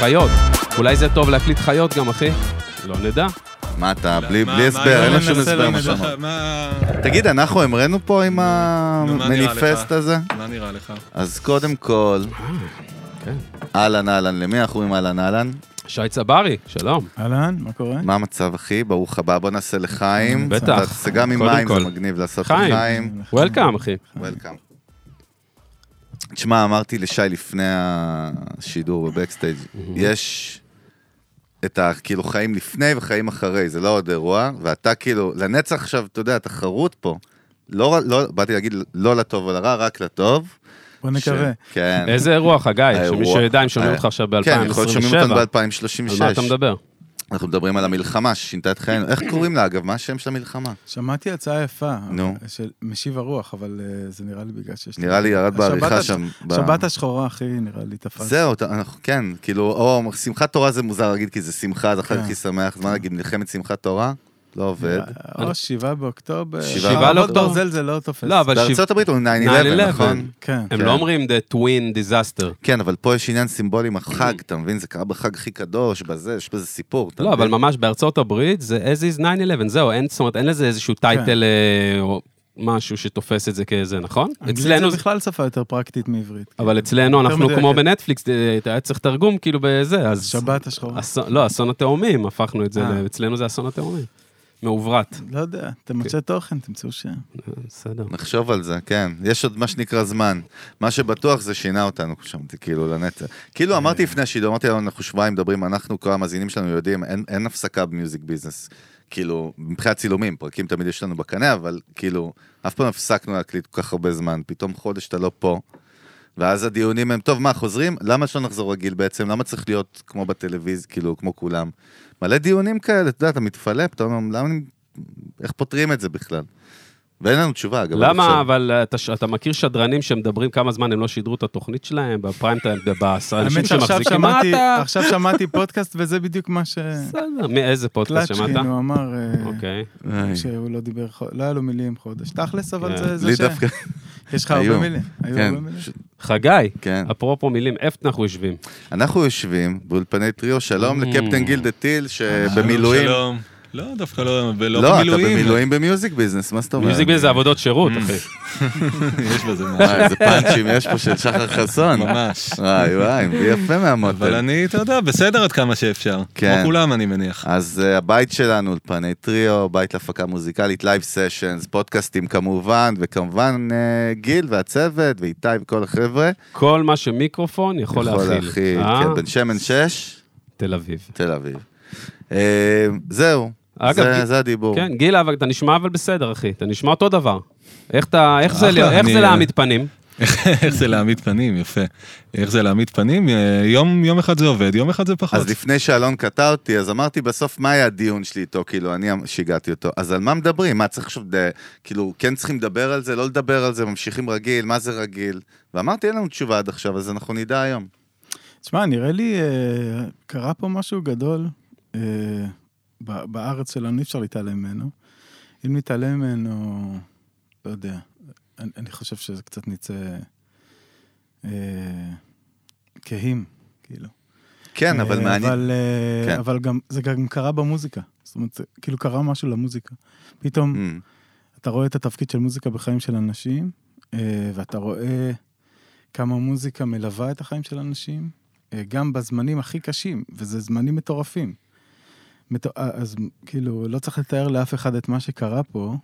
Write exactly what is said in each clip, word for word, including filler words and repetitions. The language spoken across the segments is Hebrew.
חיות. אולי זה טוב להקליט חיות גם, אחי? לא נדע. מה אתה, בלי הסבר, אין לו שום הסבר מה שאמר. תגיד, אנחנו אמרנו פה עם המניפסט הזה? מה נראה לך? אז קודם כל, אהלן, אהלן, למי אנחנו עם אהלן, אהלן? שי צברי, שלום. אהלן, מה קורה? מה המצב, אחי? ברוך הבא, בוא נעשה לחיים. בטח. זה גם עם מים, זה מגניב לעשות לחיים. וולקאם, אחי. וולקאם. תשמע, אמרתי לשי לפני השידור בבקסטייג', יש את הכאילו חיים לפני וחיים אחרי, זה לא עוד אירוע, ואתה כאילו, לנצח עכשיו, אתה יודע, התחרות פה, לא, לא, באתי להגיד לא לטוב או לרע, רק לטוב. בוא נקווה. כן. איזה אירוע, חגי? שמישהו ידע אם שומעים אותך עכשיו ב-אלפיים עשרים ושבע. כן, יכול להיות שומעים אותנו ב-אלפיים שלושים ושש. על מה אתה מדבר? אנחנו מדברים על המלחמה ששינתה את חיינו. איך קוראים לה, אגב? מה השם של המלחמה? שמעתי הצעה יפה. נו. של משיב הרוח, אבל זה נראה לי בגלל שיש... נראה לי ירד בעריכה שם. שבת השחורה, אחי, נראה לי תפס. זהו, כן, כאילו, או שמחת תורה זה מוזר להגיד, כי זה שמחה, אז אחר הכי שמח. זמן להגיד, מלחמת שמחת תורה? לא עובד. או שבעה באוקטובר. שבעה באוקטובר. ברזל זה לא תופס. לא, אבל... בארצות הברית הוא תשע אחת עשרה, נכון? כן. הם לא אומרים the twin disaster. כן, אבל פה יש עניין סימבולי עם החג, אתה מבין? זה קרה בחג הכי קדוש, בזה, יש בזה סיפור. לא, אבל ממש בארצות הברית זה as is nine eleven, זהו, אין, זאת אומרת, אין לזה איזשהו טייטל או משהו שתופס את זה כאיזה, נכון? אצלנו זה בכלל שפה יותר פרקטית מעברית. אבל אצלנו אנחנו כמו בנטפליקס, היה צריך תרגום כאילו בזה, אז... שבת השחורה. לא, אסון התאומים, הפכנו את זה, אצלנו זה אסון התאומים. מעוברת. לא יודע, תמצא תוכן, תמצאו שם. בסדר. נחשוב על זה, כן. יש עוד מה שנקרא זמן. מה שבטוח זה שינה אותנו שם, כאילו לנצח. כאילו אמרתי לפני השידור, אמרתי לנו, אנחנו שבועיים מדברים, אנחנו, כל המאזינים שלנו יודעים, אין הפסקה במיוזיק ביזנס. כאילו, מבחינת צילומים, פרקים תמיד יש לנו בקנה, אבל כאילו, אף פעם הפסקנו להקליט כל כך הרבה זמן, פתאום חודש אתה לא פה, ואז הדיונים הם, טוב, מה, חוזרים? למה שלא נחזור רגיל בעצם? למה צריך להיות כמו בטלוויזיה, כאילו, כמו כולם? מלא דיונים כאלה, אתה יודע, אתה מתפלא, אתה אומר, למה, איך פותרים את זה בכלל? ואין לנו תשובה, אגב. למה, אבל אתה, אתה מכיר שדרנים שמדברים כמה זמן הם לא שידרו את התוכנית שלהם, בפריים טיים, באנשים שמחזיקים, מה אתה? עכשיו שמעתי פודקאסט, וזה בדיוק מה ש... בסדר, מאיזה פודקאסט שמעת? קלצ'קין, הוא אמר, אוקיי. שהוא לא דיבר, לא היה לו מילים חודש. תכלס, אבל זה לי ש... דווקא. יש לך הרבה מילים. היו הרבה מילים. חגי, אפרופו מילים, איפה אנחנו יושבים? אנחנו יושבים באולפני טריו, שלום לקפטן גילדה טיל, שבמילואים... שלום. לא, דווקא לא, ולא לא, במילואים. אתה במילואים במיוזיק ביזנס, מה זאת אומרת? מיוזיק ביזנס זה עבודות שירות, אחי. יש בזה משהו. איזה פאנצ'ים יש פה של שחר חסון. ממש. וואי וואי, מביא יפה מהמוטל. אבל אני, אתה יודע, בסדר עד כמה שאפשר. כמו כולם, אני מניח. אז הבית שלנו, אולפני טריו, בית להפקה מוזיקלית, לייב סשנס, פודקאסטים כמובן, וכמובן גיל והצוות, ואיתי וכל החבר'ה. כל מה שמיקרופון יכול להכיל. יכול להכיל, כן, בן שמן שש. תל אביב. תל אביב. זהו. זה, זה הדיבור. כן, גיל, אבל אתה נשמע אבל בסדר, אחי. אתה נשמע אותו דבר. איך אתה, איך זה, איך זה להעמיד פנים? איך זה להעמיד פנים, יפה. איך זה להעמיד פנים? יום, יום אחד זה עובד, יום אחד זה פחות. אז לפני שאלון קטע אותי, אז אמרתי בסוף, מה היה הדיון שלי איתו? כאילו, אני שיגעתי אותו. אז על מה מדברים? מה צריך עכשיו, כאילו, כן צריכים לדבר על זה, לא לדבר על זה, ממשיכים רגיל, מה זה רגיל? ואמרתי, אין לנו תשובה עד עכשיו, אז אנחנו נדע היום. תשמע, נראה לי, קרה פה משהו גדול, בארץ שלנו, אי אפשר להתעלם ממנו. אם נתעלם ממנו, לא יודע, אני, אני חושב שזה קצת נצא אה, כהים, כאילו. כן, אבל אה, מעניין. אבל, אה, כן. אבל גם, זה גם קרה במוזיקה. זאת אומרת, כאילו קרה משהו למוזיקה. פתאום, mm. אתה רואה את התפקיד של מוזיקה בחיים של אנשים, אה, ואתה רואה כמה מוזיקה מלווה את החיים של אנשים, אה, גם בזמנים הכי קשים, וזה זמנים מטורפים. אז כאילו, לא צריך לתאר לאף אחד את מה שקרה פה.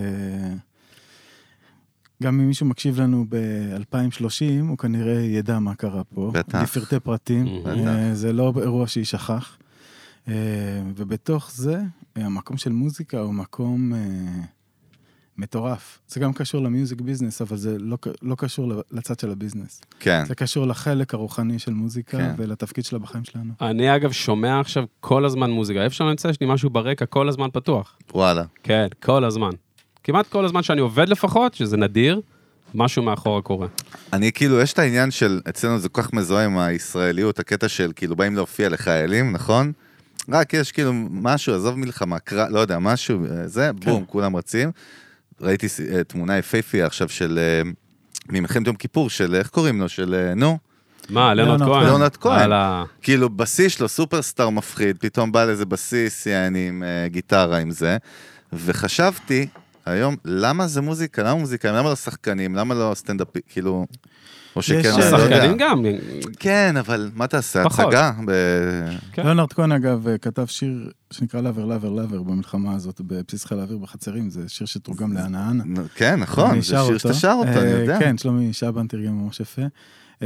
גם אם מישהו מקשיב לנו ב-אלפיים ושלושים, הוא כנראה ידע מה קרה פה. בטח. בפרטי פרטים. זה לא אירוע שישכח. ובתוך זה, המקום של מוזיקה הוא מקום מטורף. זה גם קשור למיוזיק ביזנס, אבל זה לא, לא קשור לצד של הביזנס. כן. זה קשור לחלק הרוחני של מוזיקה, כן. ולתפקיד שלה בחיים שלנו. אני אגב שומע עכשיו כל הזמן מוזיקה. איפה שאני נמצא, יש לי משהו ברקע כל הזמן פתוח. וואלה. כן, כל הזמן. כמעט כל הזמן שאני עובד לפחות, שזה נדיר, משהו מאחורה קורה. אני כאילו, יש את העניין של, אצלנו זה כל כך מזוהה עם הישראליות, הקטע של כאילו באים להופיע לחיילים, נכון? רק יש כאילו משהו, עזוב מלחמה, קרא, לא יודע, משהו, זה, כן. בום, כולם רצים. ראיתי תמונה יפהפייה עכשיו של, ממלחמת יום כיפור, של, איך קוראים לו, של, נו? מה, ליאונרד כהן? ליאונרד כהן. על ה- כאילו, בסיס שלו, סופרסטאר מפחיד, פתאום בא לאיזה בסיס, יעני, עם uh, גיטרה עם זה, וחשבתי, היום, למה זה מוזיקה? למה מוזיקה? למה לא שחקנים? למה לא סטנדאפ? כאילו, או שכן, יש, אני לא יודע. שחקנים גם. כן, אבל מה תעשה? פחות. הצגה? ב... כן. ליאונרד כהן, אגב, כתב שיר שנקרא לאבר, לאבר, לאבר, במלחמה הזאת, בבסיס חיל האוויר בחצרים, זה שיר שתורגם לאנה אנה. כן, נכון, אני זה שר שיר אותו. שאתה שר אותו, אני אה, יודע. כן, שלומי שבן תרגם ממש יפה. אה,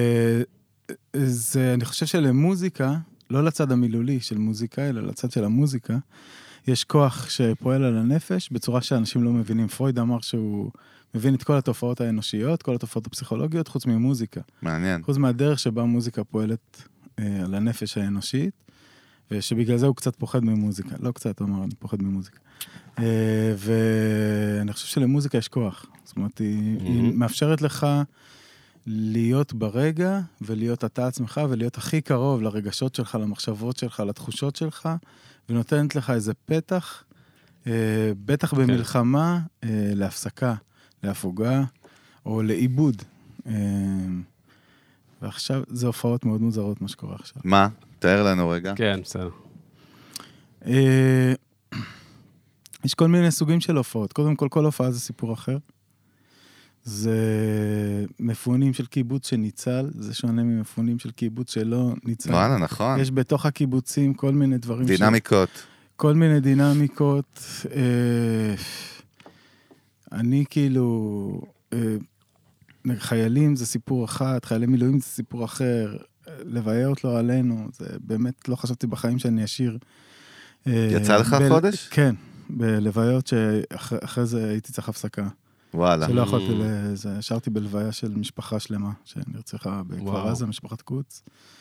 זה, אני חושב שלמוזיקה, לא לצד המילולי של מוזיקה, אלא לצד של המוזיקה, יש כוח שפועל על הנפש בצורה שאנשים לא מבינים. פרויד אמר שהוא מבין את כל התופעות האנושיות, כל התופעות הפסיכולוגיות, חוץ ממוזיקה. מעניין. חוץ מהדרך שבה מוזיקה פועלת אה, על הנפש האנושית, ושבגלל זה הוא קצת פוחד ממוזיקה. לא קצת, הוא אמר, אני פוחד ממוזיקה. אה, ואני חושב שלמוזיקה יש כוח. זאת אומרת, היא, היא מאפשרת לך להיות ברגע, ולהיות אתה עצמך, ולהיות הכי קרוב לרגשות שלך, למחשבות שלך, לתחושות שלך, ונותנת לך איזה פתח, אה, בטח במלחמה, אה, להפסקה, להפוגה, או לאיבוד. אה, ועכשיו, זה הופעות מאוד מוזרות, מה שקורה עכשיו. מה? תאר לנו רגע. כן, בסדר. אה, יש כל מיני סוגים של הופעות. קודם כל, כל הופעה זה סיפור אחר. זה מפונים של קיבוץ שניצל, זה שונה ממפונים של קיבוץ שלא ניצל. וואלה, נכון. יש בתוך הקיבוצים כל מיני דברים. דינמיקות. ש... כל מיני דינמיקות. אה, אני כאילו... אה, חיילים זה סיפור אחד, חיילי מילואים זה סיפור אחר, לוויות לא עלינו, זה באמת לא חשבתי בחיים שאני אשיר. יצא לך ב- חודש? כן, בלוויות שאחרי זה הייתי צריך הפסקה. וואלה. שלא יכולתי לזה, שרתי בלוויה של משפחה שלמה, שנרצחה בכפר עזה, משפחת קוץ.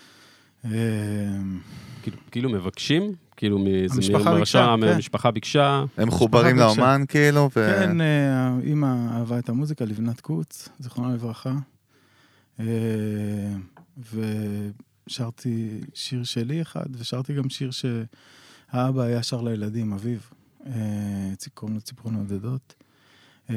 כאילו- כאילו מבקשים? כאילו מזה המשפחה מרשם, ביקשה, כן. המשפחה ביקשה. הם מחוברים משפחה לאומן כאילו, ו... כן, אה, אמא אהבה את המוזיקה, לבנת קוץ, זיכרונה לברכה. אה, ושרתי שיר שלי אחד, ושרתי גם שיר שהאבא היה שר לילדים, אביו. אה, קוראים לו ציפורן עודדות. אה,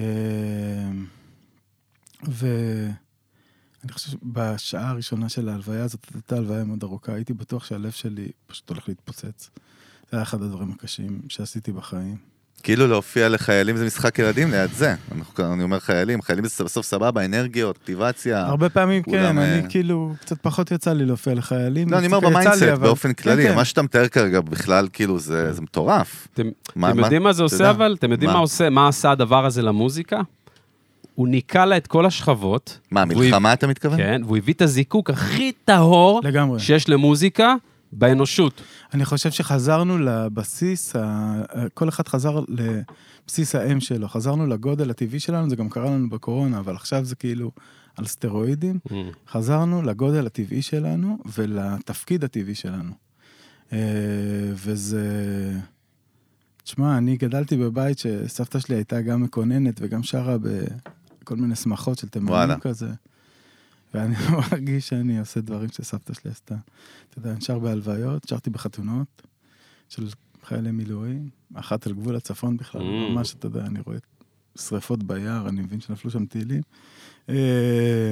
ואני חושב שבשעה הראשונה של ההלוויה הזאת, הייתה הלוויה מאוד ארוכה, הייתי בטוח שהלב שלי פשוט הולך להתפוצץ. זה היה אחד הדברים הקשים שעשיתי בחיים. כאילו להופיע לחיילים זה משחק ילדים ליד זה. אנחנו- אני אומר חיילים, חיילים זה בסוף סבבה, אנרגיות, אקטיבציה. הרבה פעמים כולם, כן, אה, אני כאילו, קצת פחות יצא לי להופיע לחיילים. לא, אני אומר יצא לי, במיינדסט, אבל- באופן כללי, כן, כן. מה שאתה מתאר כרגע בכלל, כאילו, זה זה מטורף. אתם מה- אתם מה- יודעים מה זה אתה עושה יודע? אבל? אתם יודעים מה? מה עושה, מה עשה הדבר הזה למוזיקה? הוא ניקה לה את כל השכבות. מה, והוא מלחמה אתה מתכוון? כן, והוא הביא את הזיקוק הכי טהור לגמרי. שיש למוזיקה באנושות. אני חושב שחזרנו לבסיס, ה- כל אחד חזר לבסיס האם שלו, חזרנו לגודל הטבעי שלנו, זה גם קרה לנו בקורונה, אבל עכשיו זה כאילו על סטרואידים, חזרנו לגודל הטבעי שלנו ולתפקיד הטבעי שלנו. אה, וזה... תשמע, אני גדלתי בבית שסבתא שלי הייתה גם מקוננת וגם שרה בכל מיני שמחות של וואלה. תימנים כזה. ואני מרגיש שאני עושה דברים שסבתא שלי עשתה. אתה יודע, אני שר בהלוויות, שרתי בחתונות של חיילי מילואים, אחת על גבול הצפון בכלל, Mm. ממש, אתה יודע, אני רואה שריפות ביער, אני מבין שנפלו שם טילים. אה,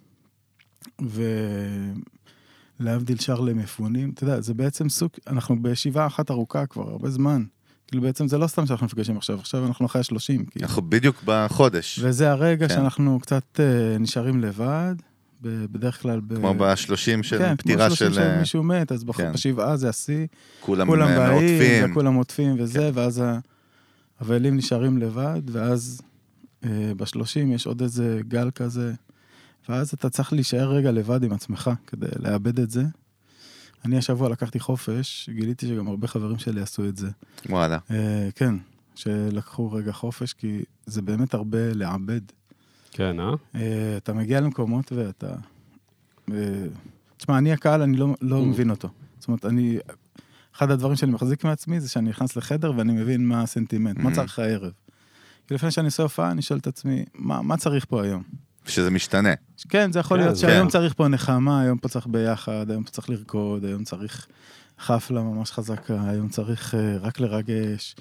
ולהבדיל שר למפונים, אתה יודע, זה בעצם סוג, אנחנו בישיבה אחת ארוכה כבר, הרבה זמן. כאילו בעצם זה לא סתם שאנחנו מפגשים עכשיו, עכשיו אנחנו אחרי השלושים. כאילו. אנחנו בדיוק בחודש. וזה הרגע כן. שאנחנו קצת אה, נשארים לבד, ב- בדרך כלל... ב... כמו בשלושים של כן, פטירה כמו שלושים של... של מישהו מת, אז כן. בשבעה זה השיא, כולם כולם אה, באים, מעוטפים. וכולם עוטפים וזה, ואז האבלים נשארים לבד, ואז אה, בשלושים יש עוד איזה גל כזה, ואז אתה צריך להישאר רגע לבד עם עצמך, כדי לאבד את זה. אני השבוע לקחתי חופש, גיליתי שגם הרבה חברים שלי עשו את זה. וואלה. אה, כן, שלקחו רגע חופש, כי זה באמת הרבה לעבד. כן, אה? אה, אתה מגיע למקומות ואתה... אה, תשמע, אני הקהל, אני לא, לא מבין אותו. זאת אומרת, אני... אחד הדברים שאני מחזיק מעצמי זה שאני נכנס לחדר ואני מבין מה הסנטימנט, מה צריך הערב. כי לפני שאני עושה הופעה, אני שואל את עצמי, מה, מה צריך פה היום? שזה משתנה. כן, זה יכול כן, להיות זה- שהיום כן. צריך פה נחמה, היום פה צריך ביחד, היום פה צריך לרקוד, היום צריך חפלה ממש חזקה, היום צריך uh, רק לרגש. כל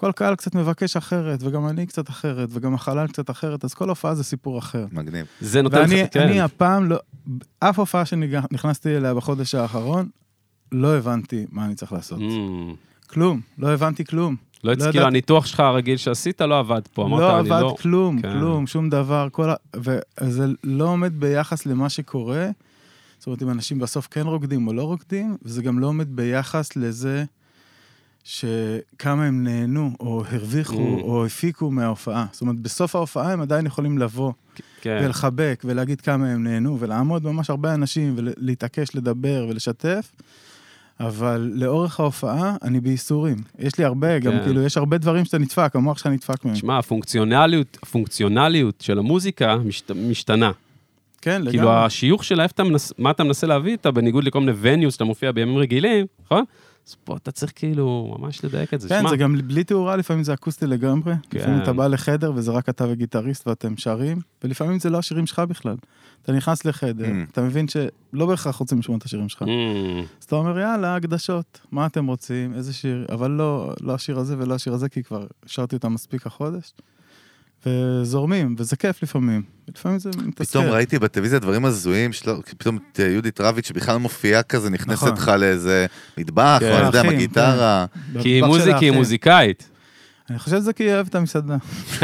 כל קהל קצת מבקש אחרת, וגם אני קצת אחרת, וגם החלל קצת אחרת, אז כל הופעה זה סיפור אחר. מגניב. זה נותן לך, ואני כן. אני הפעם לא, אף הופעה שנכנסתי אליה בחודש האחרון, לא הבנתי מה אני צריך לעשות. Mm. כלום, לא הבנתי כלום. לא לא כאילו, ידעתי- הניתוח שלך הרגיל שעשית לא עבד פה. אמרת, לא אני עבד לא... כלום, כן. כלום, שום דבר, כל ה... וזה לא עומד ביחס למה שקורה, זאת אומרת, אם אנשים בסוף כן רוקדים או לא רוקדים, וזה גם לא עומד ביחס לזה שכמה הם נהנו, או הרוויחו, Mm. או הפיקו מההופעה. זאת אומרת, בסוף ההופעה הם עדיין יכולים לבוא, כן. ולחבק, ולהגיד כמה הם נהנו, ולעמוד ממש הרבה אנשים, ולהתעקש, לדבר ולשתף, אבל לאורך ההופעה אני בייסורים. יש לי הרבה, גם כן. כאילו, יש הרבה דברים שאתה נדפק, המוח שלך נדפק מהם. תשמע, הפונקציונליות, הפונקציונליות של המוזיקה משת, משתנה. כן, לגמרי. כאילו, השיוך שלה, איפה אתה מנס, מה אתה מנסה להביא איתה, בניגוד לכל מיני וניוס שאתה מופיע בימים רגילים, נכון? אז פה אתה צריך כאילו ממש לדייק את זה. כן, שמה, זה גם בלי תאורה, לפעמים זה אקוסטי לגמרי. כן. לפעמים אתה בא לחדר וזה רק אתה וגיטריסט ואתם שרים, ולפעמים זה לא השירים שלך בכלל. אתה נכנס לחדר, Mm. אתה מבין שלא בהכרח רוצים לשמוע את השירים שלך. Mm, אז אתה אומר, יאללה, הקדשות, מה אתם רוצים, איזה שיר, אבל לא, לא השיר הזה ולא השיר הזה, כי כבר שרתי אותם מספיק החודש. וזורמים, וזה כיף לפעמים. לפעמים זה מתסכל. פתאום ראיתי בטלוויזיה דברים הזויים, שלא- פתאום את יהודית רביץ' שבכלל מופיעה כזה, נכנסת נכון. לך לאיזה מטבח, כן. או אני יודע, אחים, מגיטרה. כי היא במטבח של מוזיק, היא האחים. מוזיקאית. אני חושב שזה כי היא אוהבת את המסעדה.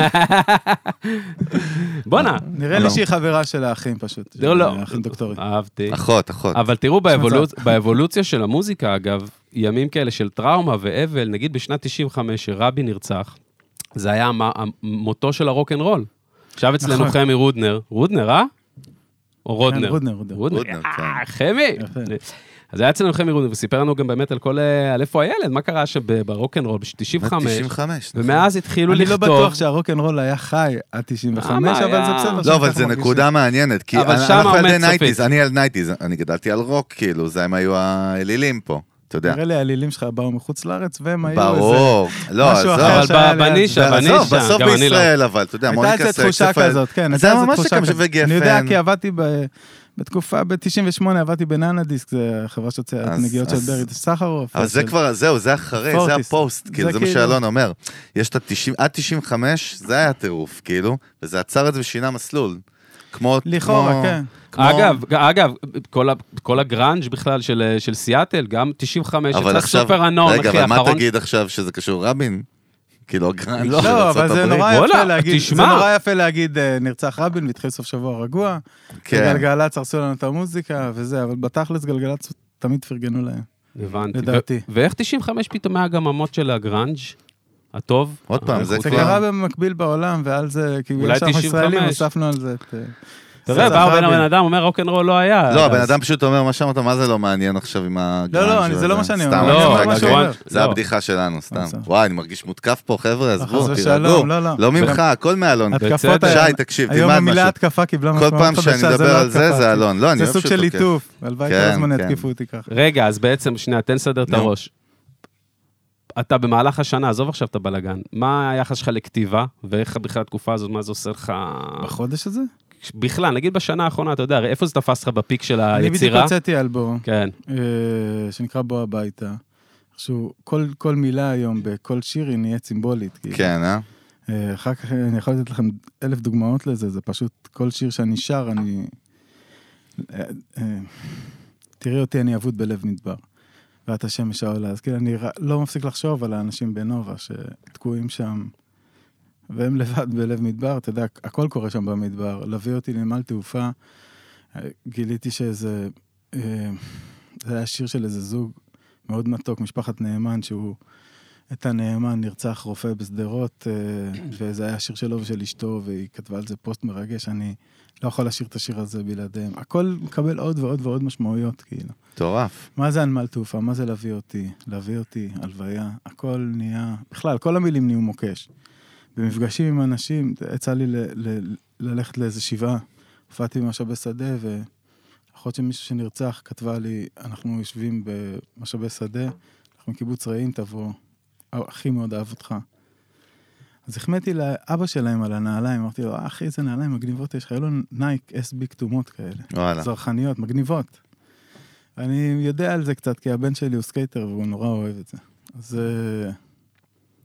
בואנה. נראה לי שהיא חברה של האחים פשוט. לא, לא. של האחים דוקטורים. אהבתי. אחות, אחות. אבל תראו, באבולוצ... באבולוציה של המוזיקה, אגב, ימים כאלה של טראומה ואבל, נגיד בשנת תשעים וחמש, שרבי נרצח, זה היה המ- המותו של הרוק'נ'רול. עכשיו אצלנו נכון. חמי רודנר. רודנר, אה? או רודנר? כן, רודנר, רודנר. רודנר, אה, כן. חמי! יפה. אז היה אצלנו חמי רודנר, וסיפר לנו גם באמת על כל... אה, על איפה הילד, מה קרה שם ברוק'נ'רול ב-תשעים וחמש, תשעים וחמש. נכון. ומאז התחילו אני לא לכתוב... בטוח שהרוק'נ'רול היה חי עד תשעים וחמש, מה אבל זה היה? בסדר. לא, שככה אבל זה מרגישים. נקודה מעניינת, כי אבל אני- שם אנחנו עומד ילדי סופית. נייטיז, אני על נייטיז, אני גדלתי על רוק, כאילו, זה הם היו האלילים פה, אתה יודע. נראה לי העלילים שלך באו מחוץ לארץ, והם היו איזה... ברור, לא, משהו עזוב. אחר אבל שהיה ב- ליד בנישה, זה. עזוב, בנישה, בסוף גם אני לא. בישראל, אבל, אתה יודע, הייתה מוניקה איזה תחושה סקספל- כזאת, כן. זה הייתה היה איזה ממש תחושה כמה כזאת. וגפן. אני יודע, כי עבדתי ב- בתקופה, ב-תשעים ושמונה עבדתי בננה דיסק, זה החברה שהוציאה את אז- נגיעות של אז- ברי סחרוף. אבל זה של- כבר, זהו, זה אחרי, זה פורטיס. הפוסט, כאילו, זה זה מה כאילו- שאלון אומר. יש את ה-תשעים, עד תשעים וחמש, זה היה טירוף, כאילו, וזה עצר את זה ושינה מסלול. כמו... לכאורה, כמו- כן. כמו- אגב, אגב, כל, ה, כל הגראנג' בכלל של, של סיאטל, גם תשעים וחמש, אבל יצא עכשיו, סופר הנון, רגע, אחי, אבל מה האחרון. תגיד עכשיו שזה קשור רבין? כאילו, הגרנד של לא, אבל ארצות זה הברית. נורא וואלה, יפה להגיד, זה תשמע. נורא יפה להגיד, אה, נרצח רבין והתחיל סוף שבוע רגוע, כן. גלגלצ הרסו לנו את המוזיקה וזה, אבל בתכלס גלגלצ תמיד פרגנו להם, הבנתי. לדעתי. ו- ואיך תשעים וחמש פתאום היה גם המות של הגראנג' הטוב? עוד פעם, זה זה כבר- קרה במקביל בעולם, ועל זה, כי אולי יש אנחנו תשעים וחמש. ישראלים, הוספנו על זה את... אה, תראה, יצחק בא בן רבין. הבן אדם, אומר רוק'נ'רול לא היה. לא, אז- הבן אדם פשוט אומר מה שאמרת, מה זה לא מעניין עכשיו עם הגרנד? לא, לא, אני- של זה לא מה הזה? שאני סתם, אומר, אני אני אומר צוחק, מה שהוא הגרנד. אומר. זה לא. הבדיחה שלנו, סתם. בסדר. וואי, אני מרגיש מותקף פה, חבר'ה, עזבו, חס תירגעו. ושלום, לא, לא. לא ממך, הכל מאלון. התקפות בצדק. היה... שי, תקשיב, היום תלמד המילה משהו. התקפה קיבלה כל משמעות פעם חדשה, שאני זה מדבר לא על זה, התקפה. זה אלון. לא, אני זה אוהב סוג שהוא של תוקף. ליטוף, הלוואי כל כן, הזמן כן. יתקיפו אותי ככה. רגע, אז בעצם, שנייה, תן סדר את נו. הראש. אתה במהלך השנה, עזוב עכשיו את הבלגן, מה היחס שלך לכתיבה, ואיך בכלל התקופה הזאת, מה זה עושה לך... בחודש הזה? בכלל, נגיד בשנה האחרונה, אתה יודע, הרי איפה זה תפס לך בפיק של אני בדיוק היצירה? הוצאתי אלבום, כן. אה, שנקרא בוא הביתה. עכשיו, כל, כל מילה היום בכל שיר היא נהיית סימבולית. כאילו. כן, אה? אה, אחר כך אני יכול לתת לכם אלף דוגמאות לזה, זה פשוט כל שיר שאני שר, אני... אה, אה, תראי אותי, אני אבוד בלב מדבר. ואת השמש העולה. אז כאילו, אני ר- לא מפסיק לחשוב על האנשים בנובה שתקועים שם, והם לבד בלב מדבר, אתה יודע, הכל קורה שם במדבר. להביא אותי לנמל תעופה, אה, גיליתי שזה... אה, זה היה שיר של איזה זוג מאוד מתוק, משפחת נאמן, שהוא... את הנאמן נרצח רופא בסדרות, אה, וזה היה שיר שלו ושל אשתו, והיא כתבה על זה פוסט מרגש, אני לא יכול לשיר את השיר הזה בלעדיהם. הכל מקבל עוד ועוד ועוד משמעויות, כאילו. מטורף. מה זה הנמל תעופה? מה זה להביא אותי? להביא אותי, הלוויה, הכל נהיה... בכלל, כל המילים נהיו מוקש. במפגשים עם אנשים, יצא לי ל- ל- ללכת לאיזו שבעה, הופעתי במשאבי שדה, ואחות של מישהו שנרצח כתבה לי, אנחנו יושבים במשאבי שדה, אנחנו מקיבוץ רעים, תבוא, הכי מאוד אהב אותך. אז החמאתי לאבא שלהם על הנעליים, אמרתי לו, אחי, איזה נעליים מגניבות יש לך, היו לו נייק אס בי כתומות כאלה, וואלה. זרחניות, מגניבות. אני יודע על זה קצת, כי הבן שלי הוא סקייטר, והוא נורא אוהב את זה. אז...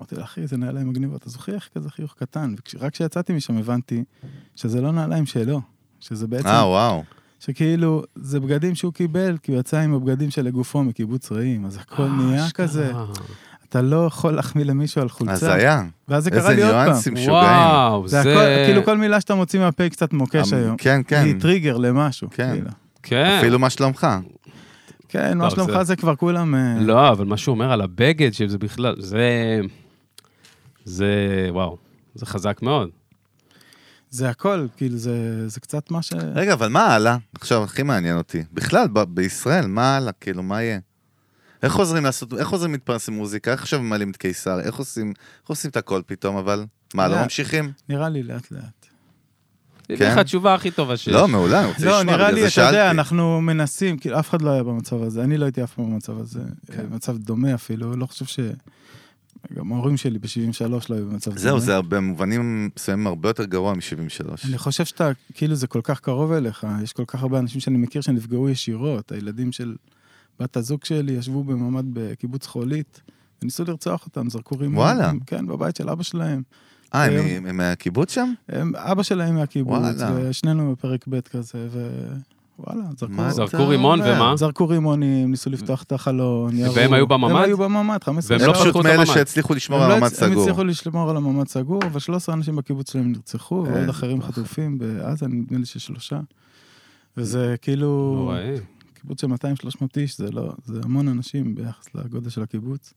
אמרתי לה, אחי, זה נעליים מגניבות, אז הוא חייך כזה חיוך קטן, ורק כשיצאתי משם הבנתי שזה לא נעליים שלו, שזה בעצם... אה, וואו. שכאילו, זה בגדים שהוא קיבל, כי הוא יצא עם הבגדים של לגופו מקיבוץ רעים, אז הכל נהיה כזה, אתה לא יכול להחמיא למישהו על חולצה. אז היה. ואז זה קרה לי עוד פעם. איזה ניואנסים שוגעים. וואו, זה הכל, כאילו כל מילה שאתה מוציא מהפה קצת מוקש היום. כן, כן. היא טריגר למשהו. כן. כן. אפילו מה שלומך. כן, מה שלומך זה כבר כולם... לא, אבל מה שהוא אומר על הבגד, שזה בכלל, זה... זה, וואו, זה חזק מאוד. זה הכל, כאילו, זה, זה קצת מה ש... רגע, אבל מה הלאה? עכשיו, הכי מעניין אותי. בכלל, ב- בישראל, מה הלאה? כאילו, מה יהיה? איך חוזרים לעשות, איך חוזרים להתפרנס עם מוזיקה? איך עכשיו ממלאים את קיסר? איך עושים, איך עושים את הכל פתאום, אבל... מה, לא ממשיכים? נראה לי לאט לאט. זה לך התשובה הכי טובה שיש. לא, מעולה, אני רוצה לשמוע. לא, נראה לי, אתה יודע, אנחנו מנסים, כאילו, אף אחד לא היה במצב הזה. אני לא הייתי אף פעם במצב הזה. מצב דומה אפילו, לא חושב ש... גם ההורים שלי ב-שבעים ושלוש לא היו במצב דומה. זהו, זה במובנים מסוימים הרבה יותר גרוע מ-שבעים ושלוש. אני חושב שאתה, כאילו, זה כל כך קרוב אליך. יש כל כך הרבה אנשים שאני מכיר שנפגעו ישירות. הילדים של בת הזוג שלי ישבו במעמד בקיבוץ חולית, וניסו לרצוח אותם, זרקו רימון. וואלה. כן, בבית של אבא שלהם. אה, הם מהקיבוץ שם? אבא שלהם מהקיבוץ, ושנינו בפרק ב' כזה, ווואלה, זרקו רימון ומה? זרקו רימונים, ניסו לפתוח את החלון, והם היו בממד? הם היו בממד, חמש עשרה שעות. הם לא פשוט מאלה שהצליחו לשמור על הממד סגור. הם הצליחו לשמור על הממד סגור, ו-שלושה עשר אנשים בקיבוץ שלהם נרצחו, ועוד אחרים חטופים בעזה, נדמה לי ששלושה. וזה כאילו... קיבוץ של מאתיים שלוש מאות איש, זה לא, זה המון אנשים ביחס לגודל של הקיבוץ.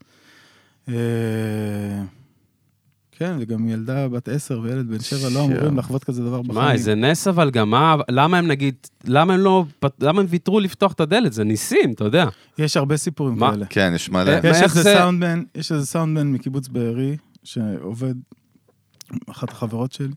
כן, וגם ילדה בת עשר וילד בן שבע לא אמורים לחוות כזה דבר בחיים. מה, איזה נס אבל גם מה, למה הם נגיד, למה הם לא, למה הם ויתרו לפתוח את הדלת? זה ניסים, אתה יודע. יש הרבה סיפורים כאלה. כן, יש מלא. יש איזה סאונדמן, יש איזה סאונדמן מקיבוץ בארי, שעובד, אחת החברות שלי,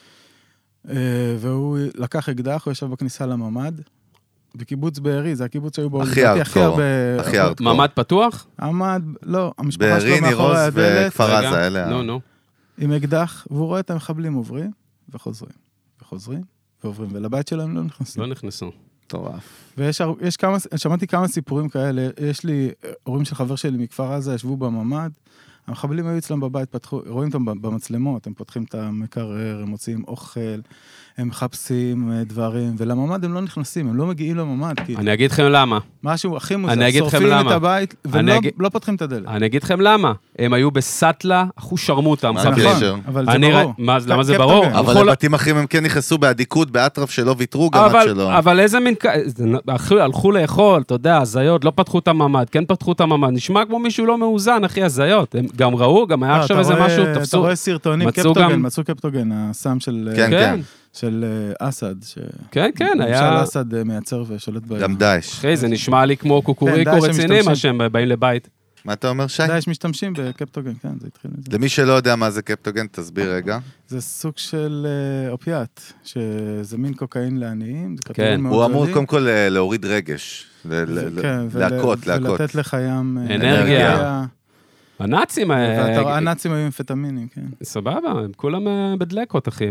והוא לקח אקדח, הוא ישב בכניסה לממד, בקיבוץ בארי, זה הקיבוץ שהיו בו... הכי ארדקור, הכי ארדקור. ממד פתוח? ממד, לא, המשפחה שלו מאחורי הדלת. בארי, נירוז וכפר עזה, אלה. נו, נו. עם אקדח, והוא רואה את המחבלים עוברים, וחוזרים, וחוזרים, ועוברים, ולבית שלהם לא נכנסו. לא נכנסו. טורף. ויש יש כמה, שמעתי כמה סיפורים כאלה, יש לי, הורים של חבר שלי מכפר עזה, ישבו בממד, המחבלים היו אצלם בבית, פתחו, רואים אותם במצלמות, הם פותחים את המקרר, הם מוציאים אוכל, הם מחפשים דברים, ולממד הם לא נכנסים, הם לא מגיעים לממד. אני אגיד לכם למה. משהו הכי מוזר, שורפים את הבית, ולא פותחים את הדלת. אני אגיד לכם למה. הם היו בסטלה, אחו שרמוטה. נכון, אבל זה ברור. למה זה ברור? אבל לבתים אחרים הם כן נכנסו באדיקות, באטרף שלא ויתרו גם עד שלא. אבל איזה מין... הלכו לאכול, אתה יודע, הזיות, לא פתחו את הממד, כן פתחו את הממד, נשמע כמו מישהו לא מאוזן, אחי, הזיות. הם גם ראו, גם היה עכשיו איזה משהו, תפסו. אתה רואה סרטונים, קפטוגן, מצאו קפטוגן, הסם של... כן, כן. של אסד. כן, כן, היה... של אסד מייצר ושולט בהם. גם דאעש. אחי, זה נשמע לי כמו קוקוריקו רציני, מה שהם באים לבית. מה אתה אומר, שי? דאעש משתמשים בקפטוגן, כן, זה התחיל מזה. למי שלא יודע מה זה קפטוגן, תסביר רגע. זה סוג של אופיאט, שזה מין קוקאין לעניים. כן. הוא אמור קודם כל להוריד רגש, להכות, להכות. ולתת לחיים אנרגיה. הנאצים... הנאצים היו אמפטמינים, כן. סבבה, הם כולם בדלקות, אחי.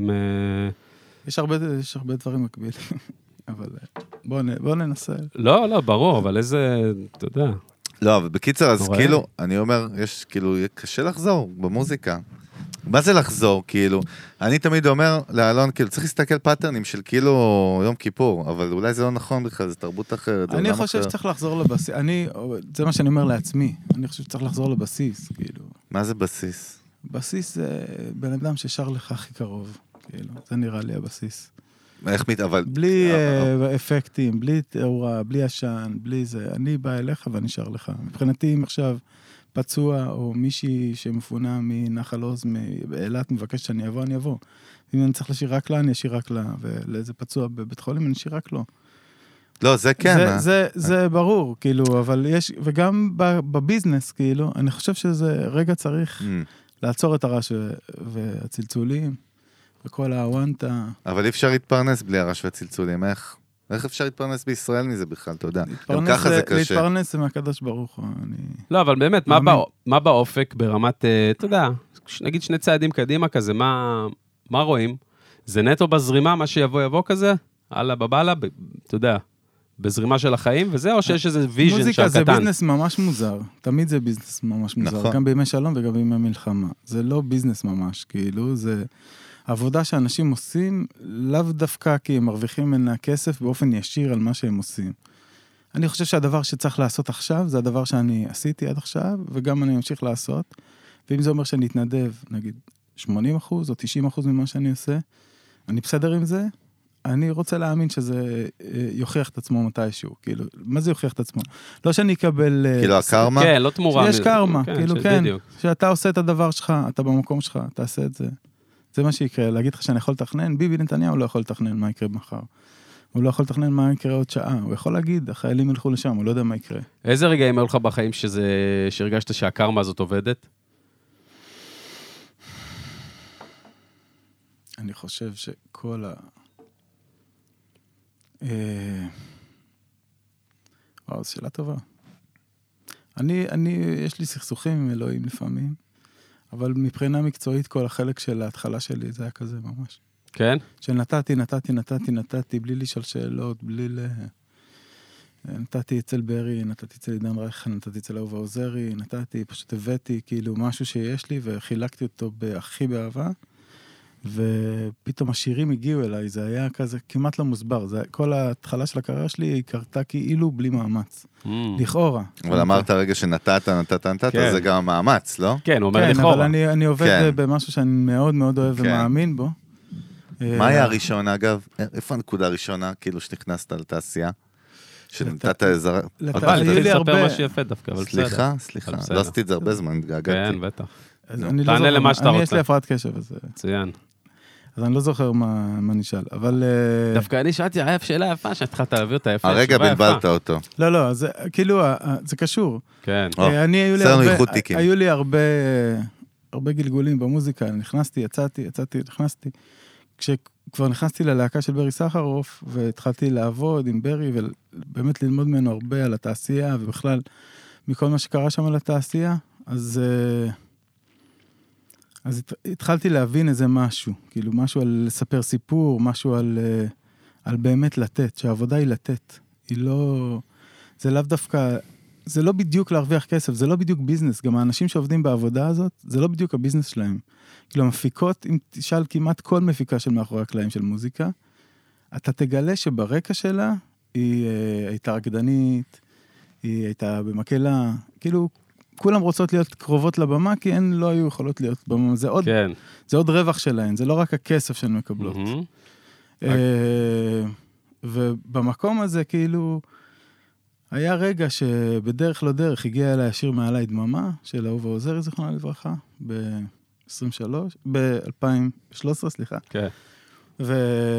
יש הרבה, יש הרבה דברים מקבילים, אבל בוא ננסה. לא, לא, ברור, אבל איזה, אתה יודע. לא, אבל בקיצר, אז כאילו, אני אומר, יש, כאילו, קשה לחזור במוזיקה. מה זה לחזור, כאילו? אני תמיד אומר לאלון, כאילו, צריך להסתכל פאטרנים של כאילו יום כיפור, אבל אולי זה לא נכון בכלל, זה תרבות אחרת. אני חושב שצריך לחזור לבסיס, אני, זה מה שאני אומר לעצמי, אני חושב שצריך לחזור לבסיס, כאילו. מה זה בסיס? בסיס זה בן אדם ששר לך הכי קרוב. כאילו, זה נראה לי הבסיס. איך מת, אבל... בלי אפקטים, בלי תאורה, בלי עשן, בלי זה. אני בא אליך ואני שר לך. מבחינתי, אם עכשיו פצוע או מישהי שמפונה מנחל עוז, באילת, מבקש שאני אבוא, אני אבוא. אם אני צריך לשיר רק לה, אני אשיר רק לה. ולאיזה פצוע בבית חולים, אני אשיר רק לו. לא, זה כן. זה ברור, כאילו, אבל יש... וגם בביזנס, כאילו, אני חושב שזה רגע צריך לעצור את הרעש והצלצולים. וכל הוואנטה. אבל אי אפשר להתפרנס בלי הרעש והצלצולים, איך? איך אפשר להתפרנס בישראל מזה בכלל, אתה יודע? גם ככה זה קשה. להתפרנס זה מהקדוש ברוך הוא. לא, אבל באמת, מה באופק ברמת, אתה יודע, נגיד שני צעדים קדימה כזה, מה רואים? זה נטו בזרימה, מה שיבוא יבוא כזה? הלאה בבאללה, אתה יודע, בזרימה של החיים, וזה, או שיש איזה ויז'ן של מוזיקה זה קטן. ביזנס ממש מוזר, תמיד זה ביזנס ממש מוזר, נכון. גם בימי שלום וגם בימי מלחמה. זה לא ביזנס ממש, כאילו, זה עבודה שאנשים עושים, לאו דווקא כי הם מרוויחים ממנה כסף באופן ישיר על מה שהם עושים. אני חושב שהדבר שצריך לעשות עכשיו, זה הדבר שאני עשיתי עד עכשיו, וגם אני ממשיך לעשות, ואם זה אומר שאני אתנדב, נגיד, שמונים אחוז או תשעים אחוז ממה שאני עושה, אני בסדר עם זה, אני רוצה להאמין שזה יוכיח את עצמו מתישהו, כאילו, מה זה יוכיח את עצמו? לא שאני אקבל... כאילו הקרמה? כן, לא תמורה. שיש קרמה, כאילו, כן, בדיוק. שאתה עושה את הדבר שלך, אתה במקום שלך, תעשה את זה. זה מה שיקרה, להגיד לך שאני יכול לתכנן, ביבי נתניהו לא יכול לתכנן מה יקרה מחר. הוא לא יכול לתכנן מה יקרה עוד שעה, הוא יכול להגיד, החיילים ילכו לשם, הוא לא יודע מה יקרה. איזה רגעים היו לך בחיים שזה, שהרגשת שהקרמה הזאת עובדת? אני חושב שכל ה... וואו, זו שאלה טובה. אני, אני, יש לי סכסוכים עם אלוהים לפעמים, אבל מבחינה מקצועית כל החלק של ההתחלה שלי זה היה כזה ממש. כן? שנתתי, נתתי, נתתי, נתתי, בלי לשאול שאלות, בלי ל... נתתי אצל ברי, נתתי אצל עידן רייכל, נתתי אצל אהובה עוזרי, נתתי, פשוט הבאתי כאילו משהו שיש לי, וחילקתי אותו הכי באהבה, ופתאום השירים הגיעו אליי, זה היה כזה כמעט לא מוסבר, זה, כל ההתחלה של הקריירה שלי היא קרתה כאילו בלי מאמץ, Mm. לכאורה. אבל אמרת רגע שנתת, נתת, נתת, כן. זה גם מאמץ, לא? כן, הוא אומר כן, לכאורה. אבל אני, אני עובד כן. במשהו שאני מאוד מאוד אוהב כן. ומאמין בו. מה היה הראשון, אגב? איפה הנקודה הראשונה, כאילו שנכנסת לתעשייה? שנתת איזה... לת- אבל היו צריך לי לספר הרבה- משהו יפה דווקא, אבל בסדר. סליחה, סליחה. אבל בסדר. לא עשיתי את זה הרבה זמן, התגעגעתי. כן, בטח. אז נו. אני לא תענה זוכר למה מה- שאתה אני רוצה. יש לי הפרעת קשב, אז... מצוין. אז אני לא זוכר מה, מה נשאל, אבל... אה, דווקא אני שאלתי, היה שאלה יפה, שהתחלת להביא אותה יפה. הרגע תשובה יפה. בלבלת אותו. לא, לא, זה כאילו, ה- ה- זה קשור. כן. או, אה, אני, היו לי עשינו הרבה, איחוד תיקים. היו לי הרבה, הרבה גלגולים במוזיקה, נכנסתי, יצאתי, יצאתי, נכנסתי. כשכבר נכנסתי ללהקה של ברי סחרוף, והתחלתי לעבוד עם ברי, ובאמת ללמוד ממנו הרבה על התעשייה, ובכלל, מכל מה שקרה שם על התעשייה, אז... אה, אז התחלתי להבין איזה משהו, כאילו משהו על לספר סיפור, משהו על, על באמת לתת, שהעבודה היא לתת. היא לא, זה לאו דווקא, זה לא בדיוק להרוויח כסף, זה לא בדיוק ביזנס. גם האנשים שעובדים בעבודה הזאת, זה לא בדיוק הביזנס שלהם. כאילו המפיקות, אם תשאל כמעט כל מפיקה של מאחורי הקלעים של מוזיקה, אתה תגלה שברקע שלה היא הייתה רקדנית, היא הייתה במקהלה, כאילו, כולם רוצות להיות קרובות לבמה, כי הן לא היו יכולות להיות במה. זה עוד, כן. זה עוד רווח שלהן, זה לא רק הכסף שהן מקבלות. מהמם. אה, ובמקום הזה, כאילו, היה רגע שבדרך לא דרך הגיע אליי השיר מעלי דממה, של אהובה עוזרי, זכרונה לברכה, ב-עשרים ושלוש, ב-אלפיים ושלוש עשרה, סליחה. כן. ו...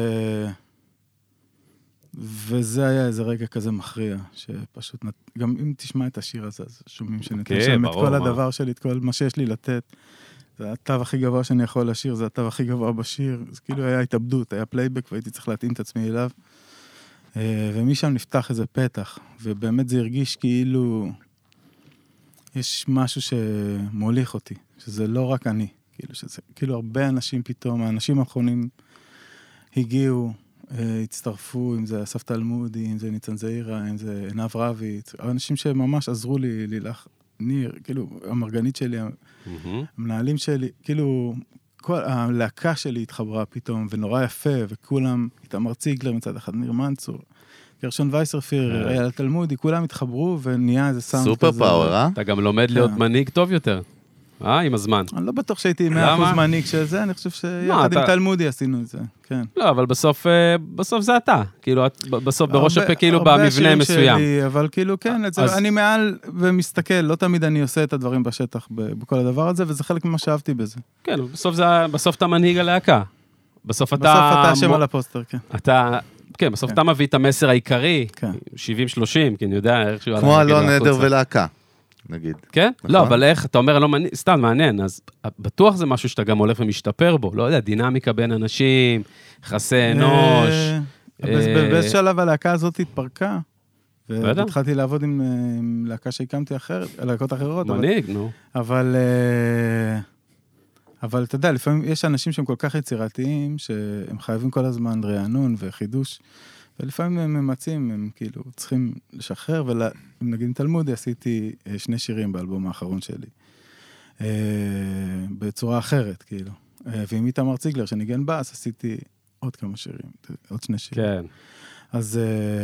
וזה היה איזה רגע כזה מכריע, שפשוט, נת... גם אם תשמע את השיר הזה, אז שומעים שנתן כן, שם את ברור, כל מה. הדבר שלי, את כל מה שיש לי לתת. זה התו הכי גבוה שאני יכול לשיר, זה התו הכי גבוה בשיר. זה כאילו היה התאבדות, היה פלייבק, והייתי צריך להתאים את עצמי אליו. ומשם נפתח איזה פתח, ובאמת זה הרגיש כאילו, יש משהו שמוליך אותי, שזה לא רק אני, כאילו, שזה, כאילו הרבה אנשים פתאום, האנשים האחרונים הגיעו, הצטרפו, אם זה אסף תלמודי, אם זה ניצן זעירה, אם זה עינב רביץ, אנשים שממש עזרו לי, לילך, ניר, כאילו, המרגנית שלי, מהמם. המנהלים שלי, כאילו, כל הלהקה שלי התחברה פתאום, ונורא יפה, וכולם, איתמר ציגלר מצד אחד, ניר מנצור, גרשון וייסרפיר, אייל תלמודי, כולם התחברו, ונהיה איזה סאונד כזה. סופר פאוור, אה? אתה גם לומד להיות כן. מנהיג טוב יותר. אה, עם הזמן. אני לא בטוח שהייתי מאה אחוז למה? מנהיג של זה, אני חושב שיחד עם אתה- תלמודי עשינו את זה, כן. לא, אבל בסוף, אה, בסוף זה אתה. כאילו, את- בסוף בראש הרבה- הפה, כאילו, הרבה במבנה השירים מסוים. שלי, אבל כאילו, כן, את זה, אז- אני מעל ומסתכל, לא תמיד אני עושה את הדברים בשטח ב- בכל הדבר הזה, וזה חלק ממה שאהבתי בזה. כן, בסוף זה, בסוף אתה מנהיג הלהקה. בסוף אתה... בסוף אתה אשם מו- על הפוסטר, כן. אתה... כן, בסוף כן. אתה מביא את המסר העיקרי, כן. שבעים שלושים, כי אני יודע איך שהוא... כמו הלך, אלון כאילו, נדר החוצה. ולהקה, נגיד. כן? נכון. לא, אבל איך, אתה אומר, לא מעניין, סתם מעניין, אז בטוח זה משהו שאתה גם הולך ומשתפר בו, לא יודע, דינמיקה בין אנשים, יחסי אנוש. אה, אה, בס- באיזה שלב הלהקה הזאת התפרקה, בטח. והתחלתי לעבוד עם אה, עם להקה שהקמתי אחרת, להקות אחרות, אבל- מנהיג, נו. אבל, אה, אבל אתה יודע, לפעמים יש אנשים שהם כל כך יצירתיים, שהם חייבים כל הזמן רענון וחידוש, ולפעמים הם ממצים, הם כאילו צריכים לשחרר, ונגיד תלמודי עשיתי שני שירים באלבום האחרון שלי. בצורה אחרת, כאילו. ועם איתמר ציגלר, שניגן בס, עשיתי עוד כמה שירים, עוד שני שירים. כן. אז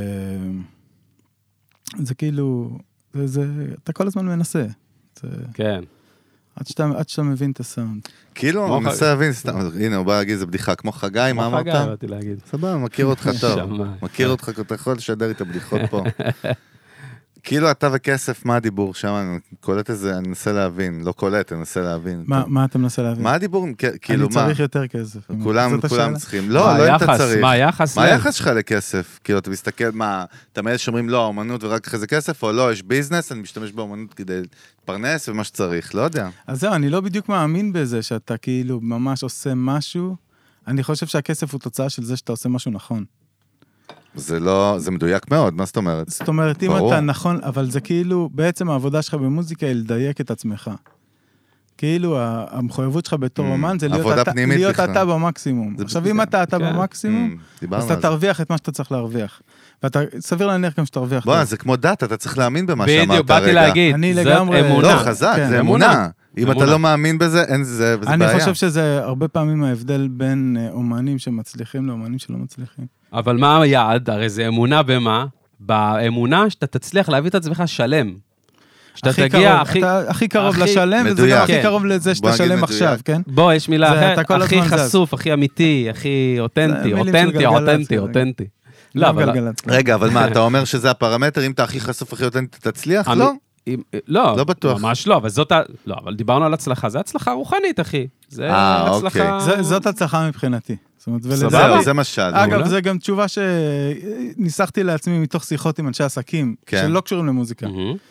זה כאילו, זה, אתה כל הזמן מנסה. זה... כן. עד שאתה, עד שאתה מבין את הסאונד. כאילו, אני מנסה להבין, סתם, הנה, הוא בא להגיד, זה בדיחה, כמו חגי, מה אמרת? כמו חגי, באתי להגיד. סבבה, מכיר אותך טוב. מכיר אותך, אתה יכול לשדר את הבדיחות פה. כאילו, אתה וכסף, מה הדיבור שם? אני קולט את זה, אני מנסה להבין, לא קולט, אני מנסה להבין. מה אתה מנסה להבין? מה הדיבור? כאילו, מה? אני צריך יותר כסף. כולם, כולם צריכים. לא, לא אם אתה צריך. מה היחס? מה היחס שלך לכסף? כאילו, אתה מסתכל, מה, אתה מאלה שאומרים, לא, האומנות ורק אחרי זה כסף, או לא, יש ביזנס, אני משתמש באומנות כדי להתפרנס ומה שצריך, לא יודע. אז זהו, אני לא בדיוק מאמין בזה, שאתה כאילו ממש עושה משהו. אני חושב שהכסף הוא תוצאה של זה שאתה עושה משהו נכון. זה לא, זה מדויק מאוד, מה זאת אומרת? זאת אומרת, אם אתה נכון, אבל זה כאילו, בעצם העבודה שלך במוזיקה היא לדייק את עצמך. כאילו, המחויבות שלך בתור אומן זה להיות אתה במקסימום. עכשיו, אם אתה אתה במקסימום, אז אתה תרוויח את מה שאתה צריך להרוויח. ואתה, סביר להניח גם שתרוויח. בוא, זה כמו דת, אתה צריך להאמין במה שאמרת רגע. בדיוק, באתי להגיד, זאת אמונה. לא, חזק, זה אמונה. אם אתה לא מאמין בזה, אין זה, וזה בעיה. אני חושב שזה הרבה פעמים ההבדל בין אומנים שמצליחים לאומנים שלא מצליחים. אבל מה היעד? הרי זה אמונה במה? באמונה שאתה תצליח להביא את עצמך שלם. שאתה תגיע הכי... אתה הכי קרוב לשלם, וזה גם הכי קרוב לזה שאתה שלם עכשיו, כן? בוא, יש מילה אחרת, הכי חשוף, הכי אמיתי, הכי אותנטי, אותנטי, אותנטי, אותנטי. לא, אבל... רגע, אבל מה, אתה אומר שזה הפרמטר, אם אתה הכי חסוף, הכי אותנטי, תצליח? לא? לא, לא בטוח. ממש לא, אבל זאת ה... לא, אבל דיברנו על הצלחה, זה הצלחה רוחנית, אחי. זה הצלחה... זאת הצלחה מבחינתי. סבבה, זה מה שאלנו. אגב, זה גם תשובה שניסחתי לעצמי מתוך שיחות עם אנשי עסקים, שלא קשורים למוזיקה.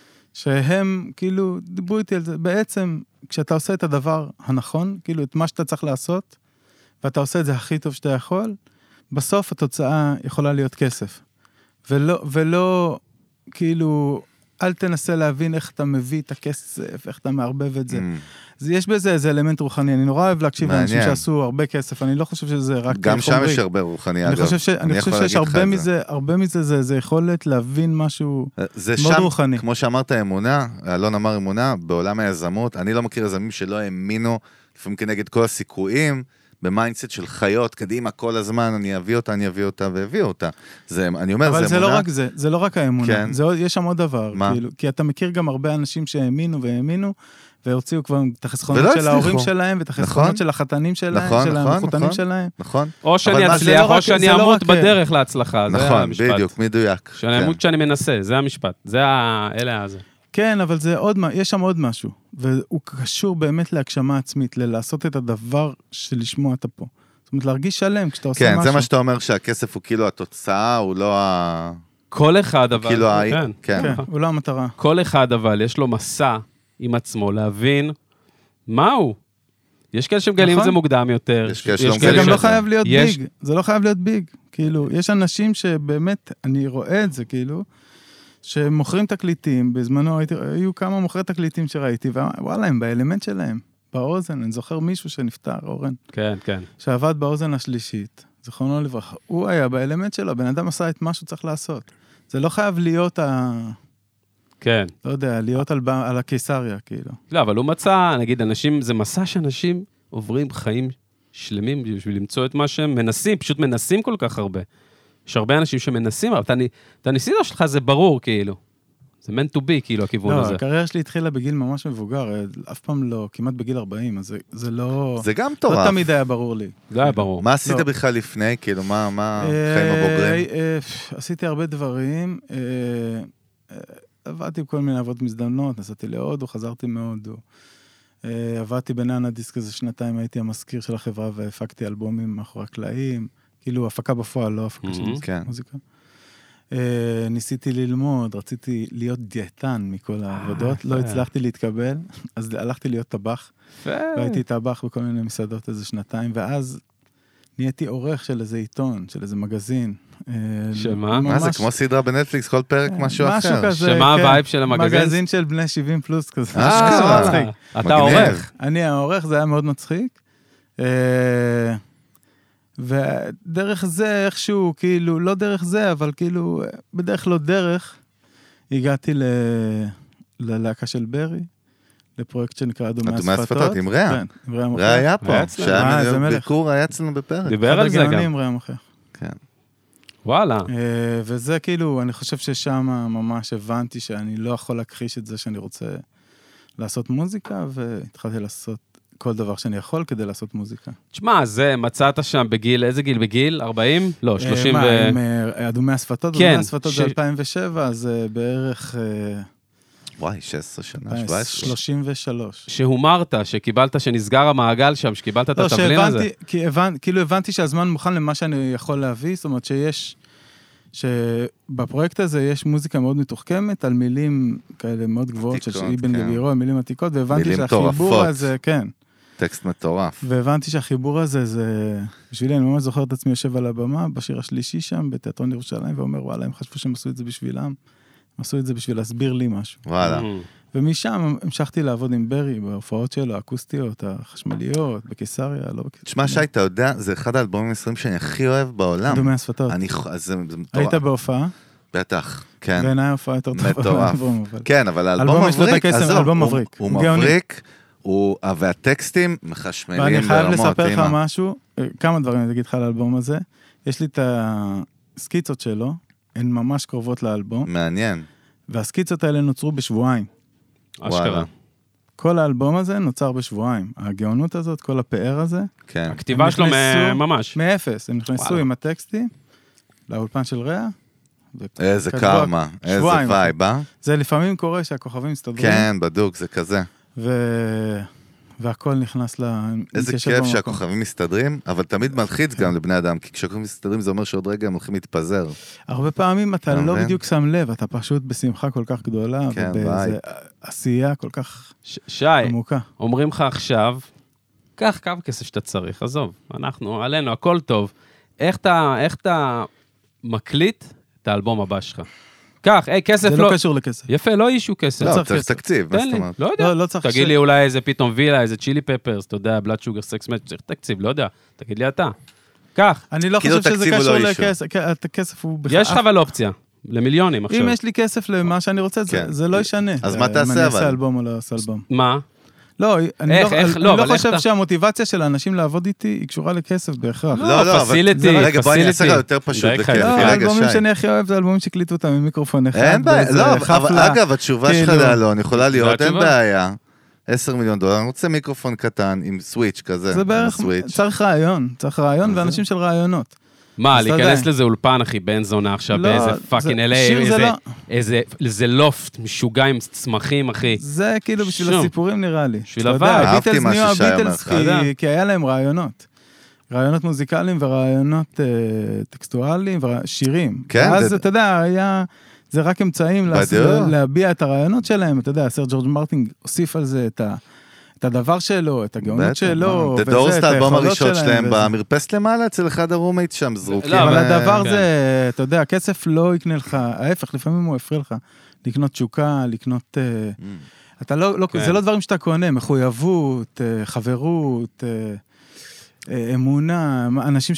שהם כאילו דיברו איתי על זה. בעצם, כשאתה עושה את הדבר הנכון, כאילו את מה שאתה צריך לעשות, ואתה עושה את זה הכי טוב שאתה יכול, בסוף התוצאה יכולה להיות כסף. ולא, ולא, כאילו, אל תנסה להבין איך אתה מביא את הכסף, איך אתה מערבב את זה. Mm. יש בזה איזה אלמנט רוחני, אני נורא אוהב להקשיב לאנשים שעשו הרבה כסף, אני לא חושב שזה רק... גם שם יש הרבה רוחני, אני אגב. חושב ש... אני, אני חושב שיש הרבה מזה, הרבה מזה זה, זה יכולת להבין משהו מאוד שם, רוחני. כמו שאמרת אמונה, אלון אמר אמונה, בעולם היזמות, אני לא מכיר יזמים שלא האמינו, לפעמים כנגד כל הסיכויים, במיינדסט של חיות, קדימה כל הזמן, אני אביא אותה, אני אביא אותה, והביא אותה. זה, אני אומר, זה אמונה. אבל זה לא רק זה, זה לא רק האמונה. כן. זה, יש שם עוד דבר. מה? כאילו, כי אתה מכיר גם הרבה אנשים שהאמינו והאמינו, והוציאו כבר את החסכונות של ההורים שלהם, ואת החסכונות של החתנים שלהם, של המחותנים שלהם. נכון. או שאני אצליח, או שאני אמות בדרך להצלחה. נכון, בדיוק, מדויק. שאני אמות שאני מנסה, זה המשפט. זה אלה הזה. כן, אבל זה עוד, יש שם עוד משהו, והוא קשור באמת להגשמה עצמית, ללעשות את הדבר שלשמוע אתה פה. זאת אומרת, להרגיש שלם כשאתה עושה כן, משהו. כן, זה מה שאתה אומר, שהכסף הוא כאילו התוצאה, הוא לא ה... כל אחד אבל... כאילו ה... כן, כן, כן, הוא לא המטרה. כל אחד אבל, יש לו מסע עם עצמו, להבין מה הוא. יש כאלה שמגלים את זה מוקדם יותר. יש כאלה שלא זה גם לא חייב להיות ביג, זה לא חייב להיות ביג. כאילו, יש אנשים שבאמת, אני רואה את זה, כאילו, שמוכרים תקליטים, בזמנו הייתי, היו כמה מוכרי תקליטים שראיתי, ווואלה, הם באלמנט שלהם, באוזן, אני זוכר מישהו שנפטר, אורן. כן, כן. שעבד באוזן השלישית, זכרונו לברכה, הוא היה באלמנט שלו, בן אדם עשה את מה שהוא צריך לעשות. זה לא חייב להיות ה... כן. לא יודע, להיות על, על הקיסריה, כאילו. לא, אבל הוא מצא, נגיד, אנשים, זה מסע שאנשים עוברים חיים שלמים בשביל למצוא את מה שהם מנסים, פשוט מנסים כל כך הרבה. יש הרבה אנשים שמנסים, אבל את הניסיון שלך זה ברור, כאילו. זה meant to be, כאילו, הכיוון הזה. לא, הקריירה שלי התחילה בגיל ממש מבוגר, אף פעם לא, כמעט בגיל ארבעים, אז זה לא... זה גם טורף. לא תמיד היה ברור לי. זה היה ברור. מה עשית בכלל לפני? כאילו, מה חיים הבוגרים? עשיתי הרבה דברים, עבדתי בכל מיני עבודות מזדמנות, נסעתי להודו, חזרתי מהודו. עבדתי בנאנה דיסק איזה שנתיים, הייתי המזכיר של החברה, והפקתי אלבומים מאחורי הקלעים. כאילו, הפקה בפועל, לא הפקה של מוזיקה. ניסיתי ללמוד, רציתי להיות דיאטן מכל העבודות, לא הצלחתי להתקבל, אז הלכתי להיות טבח, והייתי טבח בכל מיני מסעדות איזה שנתיים, ואז נהייתי עורך של איזה עיתון, של איזה מגזין. שמה? מה זה, כמו סדרה בנטפליקס, כל פרק משהו אחר. משהו כזה, שמה הווייב של המגזין? מגזין של בני שבעים פלוס כזה. אשכרה. אתה עורך. אני העורך, זה היה מאוד מצחיק. ודרך זה איכשהו, כאילו, לא דרך זה, אבל כאילו, בדרך לא דרך, הגעתי ל... ללהקה של ברי, לפרויקט שנקרא אדומי השפתות. אדומי השפתות, עם ריאה. כן, עם ריאה מוכח. ריאה היה פה, היה אצלנו. שהיה אה, זה מנהל מלך. ביקור, היה אצלנו בפרק. דיבר על זה אחד גם. הגאונים, ריאה מוכח. כן. וואלה. אה, וזה כאילו, אני חושב ששם ממש הבנתי שאני לא יכול להכחיש את זה שאני רוצה לעשות מוזיקה, והתחלתי לעשות כל דבר שאני יכול כדי לעשות מוזיקה. תשמע, זה מצאת שם בגיל, איזה גיל? בגיל? ארבעים? לא, שלושים ו... מה, עם אה, אדומי השפתות? כן, אדומי השפתות ש- זה אלפיים ושבע, אז אה, בערך אה, וואי, שש עשרה שנה, שבע עשרה. שלושים ושלוש. שהומרת, שקיבלת, שנסגר המעגל שם, שקיבלת את לא, התבלין הזה. שהבנתי, כי הבנ, כאילו הבנתי שהזמן מוכן למה שאני יכול להביא, זאת אומרת שיש, שבפרויקט הזה יש מוזיקה מאוד מתוחכמת, על מילים כאלה מאוד גבוהות, של עתיקות, אבן כן. גבירו, מילים עתיקות, והבנתי מילים שהחיבור מטורפות. הזה, כן, טקסט מטורף. והבנתי שהחיבור הזה זה, בשבילי, אני ממש זוכר את עצמי יושב על הבמה, בשיר השלישי שם, בתיאטרון ירושלים, ואומר, וואלה, הם חשבו שהם עשו את זה בשבילם, הם עשו את זה בשביל להסביר לי משהו. וואלה. ומשם המשכתי לעבוד עם ברי, בהופעות שלו, האקוסטיות, החשמליות, בקיסריה, לא בקיסריה. תשמע, שי, אתה יודע, זה אחד האלבומים העשרים שאני הכי אוהב בעולם. אדומי השפתות. אני, אז זה, זה מטורף. היית בהופעה? בטח, כן. בעיניי ההופעה יותר טובה. מטורף. באלבום, אבל- כן, אבל האלבום אלבום יש לו את מבריק, הקסם, עזוב, אלבום הוא- מבריק. הוא הוא גאוני. מבריק, הוא- והטקסטים מחשמלים ואני חייב ברמות, לספר לך אימא. משהו, אה, כמה דברים אני אגיד לך על האלבום הזה. יש לי את הסקיצות שלו, הן ממש קרובות לאלבום, מעניין. והסקיצות האלה נוצרו בשבועיים. אשכרה. וואלה. כל האלבום הזה נוצר בשבועיים. הגאונות הזאת, כל הפאר הזה, כן. הכתיבה הם שלו מ- נכנסו- ממש. מאפס. הם נכנסו וואלה. עם הטקסטים לאולפן של ריאה. איזה כתבו- קרמה, איזה שבועיים. וייב, אה? זה לפעמים קורה שהכוכבים מסתדרים. כן, בדוק, זה כזה. ו... והכל נכנס ל... איזה מתיישב כיף במקום. שהכוכבים מסתדרים, אבל תמיד מלחיץ גם לבני אדם, כי כשהכוכבים מסתדרים זה אומר שעוד רגע הם הולכים להתפזר. הרבה פעמים אתה אתה לא מבין? בדיוק שם לב, אתה פשוט בשמחה כל כך גדולה, כן, ובאיזה וייב. עשייה כל כך ש- שי, עמוקה. אומרים לך עכשיו, קח כמה כסף שאתה צריך, עזוב, אנחנו, עלינו, הכל טוב. איך אתה, איך אתה מקליט את האלבום הבא שלך? קח, היי, כסף זה לא... לא קשור לכסף. יפה, לא אישו כסף. לא, צריך צריך כסף. תקציב, מה תן זאת לי, אומרת? לא יודע. לא, לא צריך... תגיד ש- לי אולי איזה פתאום וילה, איזה צ'ילי פפרס, אתה יודע, בלאד שוגר סקס מאץ', צריך תקציב, לא יודע. תגיד לי אתה. קח. אני לא כאילו חושב שזה תקציב הוא קשור לא אישו. לכסף, כן, הכסף הוא בכלל... יש לך אבל אופציה, למיליונים עכשיו. אם יש לי כסף למה שאני רוצה, זה- כן. זה לא ישנה. אז מה אם תעשה, אני אבל? אעשה אלבום או לא אעשה אלבום. מה? לא, אני איך, לא- איך, אני לא, לא אבל איך חושב אתה- שהמוטיבציה של האנשים לעבוד איתי היא קשורה לכסף בהכרח. לא, לא, אבל- פסיליטי, זה- רגע, בוא אני אעשה לך פסיליטי. יותר פשוט די, וכיף. חייב. לא, רגע, האלבומים שי. שאני הכי אוהב זה אלבומים שהקליטו אותם עם מיקרופון אחד. אין בעיה, באיזה לא, אבל חפלה. אגב, התשובה שלך כאילו- לאלון יכולה להיות, אין התשובה? בעיה. עשר מיליון דולר, אני רוצה מיקרופון קטן עם סוויץ' כזה. זה בערך, סוויץ'. צריך רעיון, צריך רעיון ואנשים של רעיונות. מה, אז אתה להיכנס יודע. לזה אולפן, אחי, בן זונה עכשיו, לא, באיזה זה- פאקינג אל שיר איי, זה איזה- לא- איזה, איזה לופט משוגע עם צמחים, אחי. זה כאילו בשביל שום. הסיפורים נראה לי. בשביל אתה יודע, הווייב. אהבתי הביטלס מה נהיו ששי אומר הביטלס לך. אתה יודע. כי- כי היה להם רעיונות. רעיונות מוזיקליים ורעיונות אה, טקסטואליים ושירים. כן, ואז זה- אתה יודע, היה... זה רק אמצעים לעש- בדיוק. להביע את הרעיונות שלהם, אתה יודע, סר ג'ורג' מרטין הוסיף על זה את ה... את הדבר שלו, את הגאונות שלו, The Doors, את האלבום היכולות הראשון שלהם שלהם וזה. במרפסת למעלה, אצל אחד הרומייט שם זרוקים. לא, אבל אה, הדבר כן. זה, אתה יודע, הכסף לא יקנה לך, ההפך, לפעמים הוא יפריע לך, לקנות תשוקה, לקנות... אה, אתה לא, לא, כן. זה לא דברים שאתה קונה, מחויבות, אה, חברות, אה, אה, אמונה, אנשים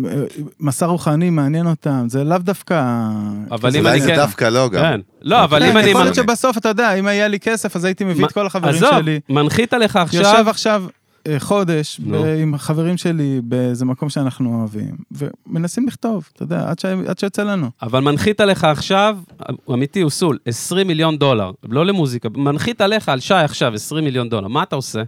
שמסע רוחני מעניין אותם, זה לאו דווקא... אבל אם אולי אני זה כן... דווקא לא גם. כן. לא, אבל אם אני... יכול מנ- להיות שבסוף, אתה יודע, אם היה לי כסף, אז הייתי מביא את כל החברים עזוב, שלי. מנחית עליך עכשיו... יושב עכשיו אה, חודש נו. ב- עם החברים שלי באיזה מקום שאנחנו אוהבים, ומנסים לכתוב, אתה יודע, עד ש- עד שיוצא לנו. אבל מנחית עליך עכשיו, אמיתי, אוסול, עשרים מיליון דולר, לא למוזיקה, מנחית עליך על שי עכשיו עשרים מיליון דולר, מה אתה עושה?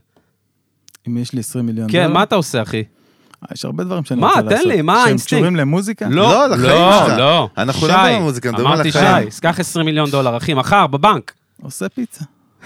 אם יש לי עשרים מיליון כן, דולר. מה אתה עושה, אחי? יש הרבה דברים שאני מה? רוצה תן לעשות. לי, מה שהם האינסטינקט? קשורים למוזיקה? לא, לחיים לא, שלך. לא. אנחנו שי, לא מדברים על מוזיקה, מדברים על החיים. אמרתי שי, קח עשרים מיליון דולר, אחי, מחר, בבנק. עושה פיצה.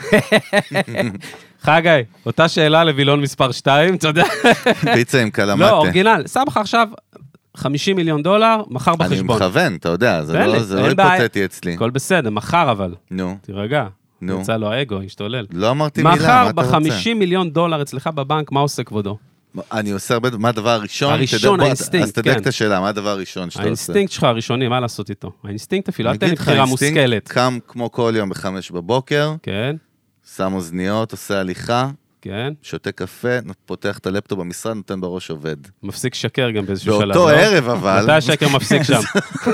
חגי, אותה שאלה לווילון מספר שתיים, אתה יודע? פיצה עם לא, קלמטה. אורגינל, שם לך עכשיו חמישים מיליון דולר, מחר אני בחשבון. מכוון, אתה יודע, זה תן לא- לי, זה לא אין בעיה. היפותטי אצלי. הכל בסדר, מחר אבל, נו, תירגע. נו. יצא לו האגו, השתולל. לא אמרתי מילה, מה מחר אתה רוצה? ב-חמישים מיליון דולר אצלך בבנק, מה עושה כבודו? אני עושה הרבה, מה הדבר הראשון? הראשון, תדע- בוא, האינסטינקט, אז תדק כן. את השאלה, מה הדבר הראשון שאתה עושה? האינסטינקט שלך הראשוני, מה לעשות איתו? האינסטינקט אפילו, אל אני תן לי אגיד לך, בחירה האינסטינקט מושכלת. קם כמו כל יום בחמש בבוקר, כן? שם אוזניות, עושה הליכה, כן. שותה קפה, פותח את הלפטופ במשרד, נותן בראש עובד. מפסיק שקר גם באיזשהו שלב. באותו ערב אבל... מתי השקר מפסיק שם?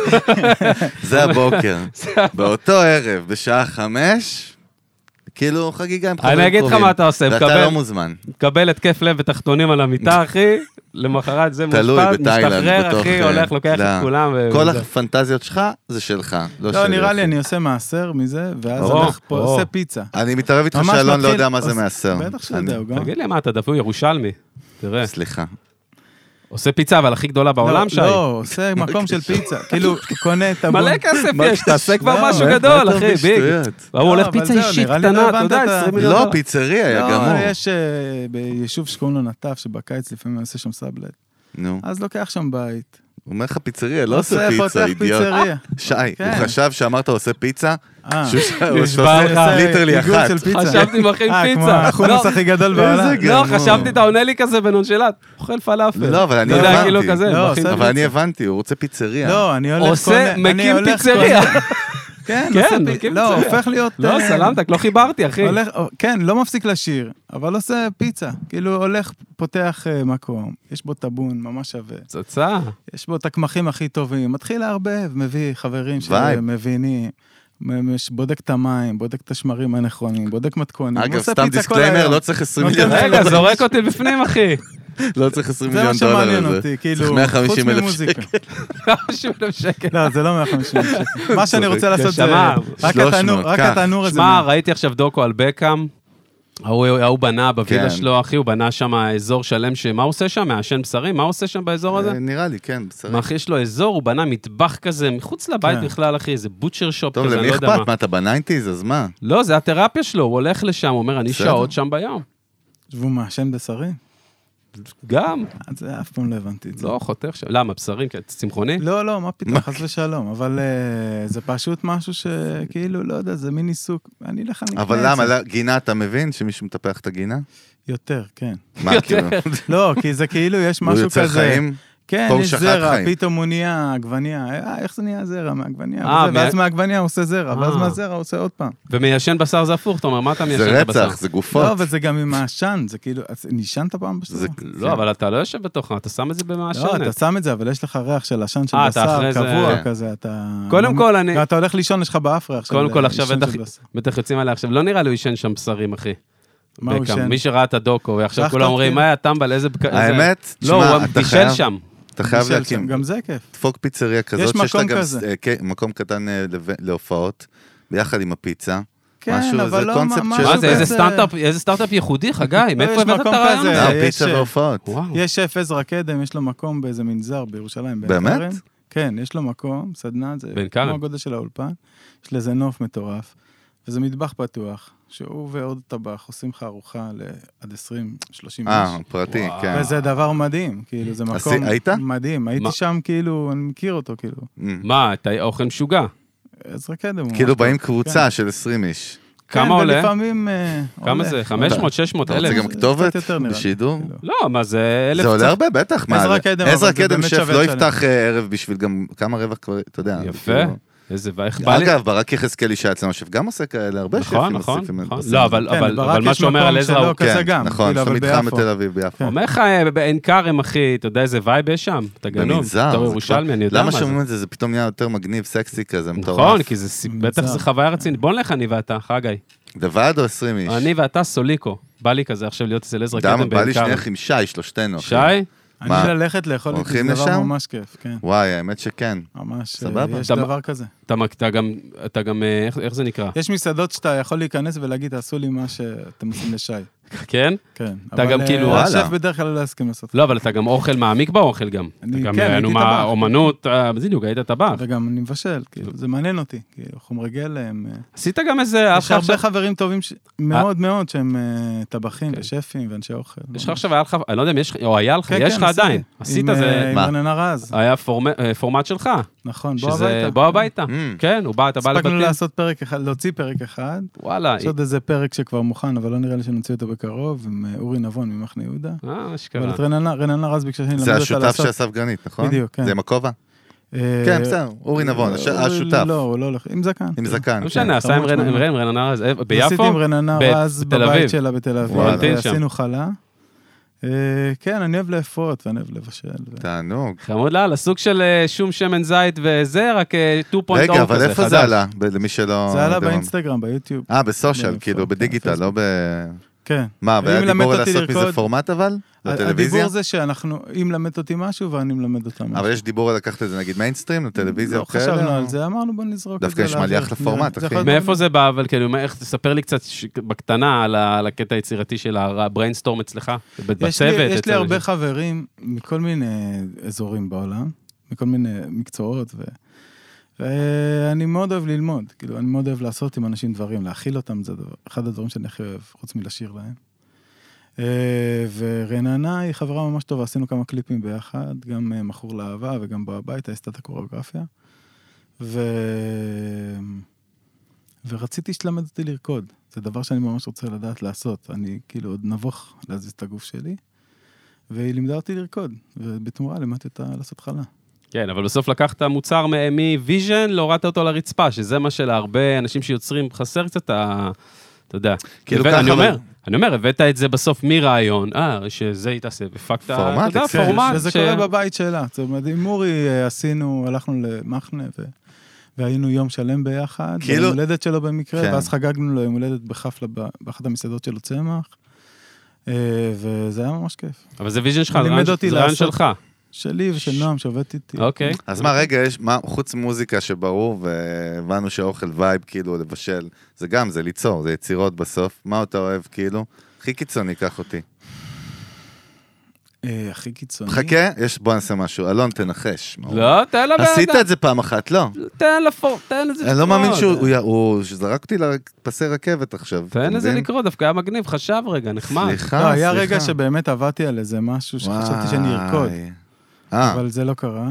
זה הבוקר. באותו ערב, בשעה חמש, כאילו חגיגה עם חברים קרובים. אני אגיד לך מה אתה עושה, ואתה לא מוזמן. מקבל התקף לב ותחתונים על המיטה, אחי, למחרת זה מושפט, משתחרר, אחי, הולך, לוקח את כולם. כל הפנטזיות שלך זה שלך, לא שלי. לא, נראה לי, אני עושה מעשר מזה, ואז הולך פה, עושה פיצה. אני מתערב איתך שאלון לא יודע מה זה מעשר. בטח שיודע, הוא גם. תגיד לי, מה, אתה דפוי ירושלמי? תראה. סליחה. עושה פיצה, אבל הכי גדולה בעולם, שי. לא, עושה מקום של פיצה. כאילו, קונה את הבון. מלא כסף יש, תעשה כבר משהו גדול, אחי, ביג. הוא הולך פיצה אישית קטנה, אתה יודע, עשרים מיליון. לא, פיצריה, היה גמור. לא, יש ביישוב שקוראים לו נטף, שבקיץ לפעמים עושה שם סאבלט. נו. אז לוקח שם בית. הוא אומר לך פיצריה, לא עושה פיצה, אידיוט. שי, הוא חשב שאמרת עושה פיצה, שהוא עושה ליטרלי אחת. חשבתי מכין פיצה. כמו החומוס הכי גדול בעולם. לא, חשבתי, אתה עונה לי כזה בנונשלט. אוכל פלאפל. לא, אבל אני הבנתי. אבל אני הבנתי, הוא רוצה פיצריה. לא, אני הולך... עושה, מקים פיצריה. כן, כן, לא, הופך להיות... לא, סלמתק, לא חיברתי, אחי. כן, לא מפסיק לשיר, אבל עושה פיצה. כאילו, הולך, פותח מקום, יש בו טבון, ממש שווה. צצה. יש בו את הקמחים הכי טובים, מתחיל להרבב, מביא חברים שמבינים, בודק את המים, בודק את השמרים הנכונים, בודק מתכונים. אגב, סתם דיסקליימר, לא צריך עשרים מיליון. רגע, זורק אותי בפנים, אחי. לא צריך עשרים מיליון דולר. זה מה שמעניין אותי, כאילו, חוץ ממוזיקה. מאה וחמישים אלף שקל. לא, זה לא מאה וחמישים אלף שקל. מה שאני רוצה לעשות זה... רק התענור הזה. שמע, ראיתי עכשיו דוקו על בקאם, הוא בנה בווילה שלו, אחי, הוא בנה שם אזור שלם, מה הוא עושה שם? מעשן בשרים? מה הוא עושה שם באזור הזה? נראה לי, כן, בשרים. מה, אחי, יש לו אזור, הוא בנה מטבח כזה, מחוץ לבית בכלל, אחי, איזה בוטשר שופ כזה, טוב, למי אכפת? מה, אתה בניינטיז, אז מה? לא, זה התרפיה שלו, הוא הולך לשם, הוא אומר, אני שעות שם ביום. והוא מעשן בשרים? גם. אז אף פעם לא הבנתי את זה. לא, חותך שם. למה, בשרים? צמחוני? לא, לא, מה פתאום, חס ושלום. אבל זה פשוט משהו שכאילו, לא יודע, זה מין עיסוק. אני לך נקנה את זה. אבל למה, גינה, אתה מבין שמישהו מטפח את הגינה? יותר, כן. מה, כאילו? לא, כי זה כאילו, יש משהו כזה... הוא יוצר חיים? כן, יש זרע, פתאום הוא נהיה עגבניה, איך זה נהיה זרע מהעגבניה? ואז מהעגבניה הוא עושה זרע, ואז מהזרע הוא עושה עוד פעם. ומיישן בשר זה הפוך, אתה אומר, מה אתה מיישן את הבשר? זה רצח, זה גופות. לא, וזה גם עם העשן, זה כאילו, נישנת פעם בשבוע? לא, אבל אתה לא יושב בתוך, אתה שם את זה במעשנת. לא, אתה שם את זה, אבל יש לך ריח של עשן של בשר, קבוע כזה, אתה... קודם כל אני... אתה הולך לישון, יש לך באף ריח של קודם כל עכשיו בטח יוצאים עליה עכשיו, לא נראה לי הוא ישן שם בשרים, אחי. מה הוא ישן? מי שראה את הדוקו, ועכשיו כולם אומרים, מה היה טמבל, איזה... האמת, לא, הוא בישל שם. אתה חייב להקים. גם זה כיף. דפוק פיצריה כזאת, שיש לה גם מקום קטן להופעות, ביחד עם הפיצה. כן, אבל לא משהו כזה. מה זה, איזה סטארט-אפ ייחודי, חגי? מאיפה הבאת את הרעיון הזה? פיצה והופעות. יש שף עזרא קדם, יש לו מקום באיזה מנזר בירושלים. באמת? כן, יש לו מקום, סדנה, זה כמו הגודל של האולפן. יש לזה נוף מטורף. וזה מטבח פתוח, שהוא ועוד טבח עושים לך ארוחה עד עשרים שלושים איש. אה, פרטי, כן. וזה דבר מדהים, כאילו, זה מקום מדהים. הייתי שם, כאילו, אני מכיר אותו, כאילו. מה, אתה אוכל משוגע? עזרא קדם. כאילו באים קבוצה של עשרים איש. כמה עולה? כן, ולפעמים... כמה זה? חמש מאות, שש מאות אלף? זה גם כתובת בשידור? לא, מה זה? זה עולה הרבה, בטח. עזרא קדם, עזרא קדם שף לא יפתח ערב בשביל גם כמה רווח כבר, אתה יודע. יפה. איזה ואיך בא לי... אגב, ברק יחזקאלי שהיה אצלנו שף גם עושה כאלה, הרבה שפים. נכון, נכון, נכון. לא, אבל מה שאומר על עזרא הוא... כן, נכון, יש לו מתחם בתל אביב ביפו. אומר לך, בעין כרם, אחי, אתה יודע איזה וייב יש שם? אתה גנוב. בתור ירושלמי, אני יודע מה זה. למה שאומרים את זה? זה פתאום נהיה יותר מגניב, סקסי כזה, מטורף. נכון, כי בטח זה חוויה רצינית. בוא נלך אני ואתה, חגי. לבד או עשרים איש? אני ואתה סוליקו. בא לי כזה עכשיו להיות אצל עזרא קדם בעין כרם. בא לי שניח עם שי, שלושתנו. שי? אני ללכת לאכול את זה דבר ממש כיף, כן. וואי, האמת שכן. ממש, יש דבר כזה. אתה גם, איך זה נקרא? יש מסעדות שאתה יכול להיכנס ולהגיד, תעשו לי מה שאתם עושים לשי. כן? כן. אתה גם כאילו... אבל השף בדרך כלל לא יסכים לעשות. לא, אבל אתה גם אוכל מעמיק באוכל גם. אני, כן, הייתי טבח. אומנות, בדיוק, היית טבח. וגם אני מבשל, כאילו, זה מעניין אותי. כאילו, חומרי גלם. עשית גם איזה... יש הרבה חברים טובים מאוד מאוד שהם טבחים ושפים ואנשי אוכל. יש לך עכשיו, היה לך, אני לא יודע אם יש, או היה לך, יש לך עדיין. עשית זה... עם רננה רז. היה פורמט שלך. נכון, בוא הביתה. בוא הביתה. כן, הוא בא, אתה בא לבתים. הספקנו לעשות פרק אחד, להוציא פרק אחד. וואלה. יש עוד איזה פרק שכבר מוכן, אבל לא נראה לי שנוציא אותו בקרוב, עם אורי נבון ממחנה יהודה. אה, שקרה. אבל את רננה רז ביקשה שאני למד אותה לעשות. זה השותף של הספגנית, נכון? בדיוק, כן. זה עם הכובע? כן, בסדר, אורי נבון, השותף. לא, הוא לא הולך, עם זקן. עם זקן. לא משנה, עשה עם רננה, ביפו? עשיתי עם רננה, אז בבית שלה בתל אביב, ועשינו חלה. כן, אני אוהב לאפות, ואני אוהב לבשל. תענוג. חמוד לה, לסוג של שום שמן זית וזה, רק שתיים נקודה אפס כזה, רגע, אבל איפה זה עלה? למי שלא... זה עלה באינסטגרם, ביוטיוב. אה, בסושיאל, כאילו, בדיגיטל, לא ב... כן. מה, והיה דיבור לעשות מזה פורמט אבל? לטלוויזיה? הדיבור זה שאנחנו, אם למד אותי משהו, ואני מלמד אותם משהו. אבל יש דיבור על לקחת את זה, נגיד מיינסטרים, לטלוויזיה? לא חשבנו על זה, אמרנו בוא נזרוק את זה. דווקא נשמע לי אחלה פורמט, אחי. מאיפה זה בא, אבל כאילו, איך תספר לי קצת בקטנה על הקטע היצירתי של הבריינסטורם אצלך? בצוות? יש לי הרבה חברים מכל מיני אזורים בעולם, מכל מיני מקצועות, ואני מאוד אוהב ללמוד, כאילו, אני מאוד אוהב לעשות עם אנשים דברים, להכיל אותם, זה אחד הדברים שאני הכי אוהב, חוץ מלשיר להם. ורננה היא חברה ממש טובה, עשינו כמה קליפים ביחד, גם מכור לאהבה וגם בבית, עשתה את הקוריאוגרפיה. ו... ורציתי שתלמד אותי לרקוד, זה דבר שאני ממש רוצה לדעת לעשות, אני כאילו עוד נבוך להזיז את הגוף שלי, והיא לימדה אותי לרקוד, ובתמורה לימדתי אותה לעשות חלה. כן, אבל בסוף לקחת מוצר מוויז'ן, לא הורדת אותו לרצפה, שזה מה שלהרבה אנשים שיוצרים חסר קצת, אתה יודע. כאילו ככה... אני אומר, אני אומר, הבאת את זה בסוף מרעיון, אה, שזה יתעשה, ופקת, אתה יודע, פורמט. שזה קורה בבית שלה, זאת אומרת, עם מורי עשינו, הלכנו למחנה, והיינו יום שלם ביחד, ביום הולדת שלו במקרה, ואז חגגנו לו יום הולדת בחפלה, באחת המסעדות שלו צמח, וזה היה ממש כיף. אבל זה ויז'ן שלך, זה רעיון שלך. שלי ושל נועם שעובדת איתי. אוקיי. אז מה, רגע, יש, מה, חוץ מוזיקה שברור, והבנו שאוכל וייב, כאילו, לבשל, זה גם, זה ליצור, זה יצירות בסוף. מה אתה אוהב, כאילו? הכי קיצוני, קח אותי. הכי קיצוני. חכה, יש, בוא נעשה משהו. אלון, תנחש. לא, תן לה בעדה. עשית את זה פעם אחת, לא? תן לפור, תן לזה לקרות. אני לא מאמין שהוא זרק אותי לפסי רכבת עכשיו. תן לזה לקרות, דווקא היה מגניב, חשב רגע, נחמד. סליחה, סליחה. היה רגע שבאמת עבדתי על איזה משהו שחשבתי שאני ארקוד. אבל זה לא קרה.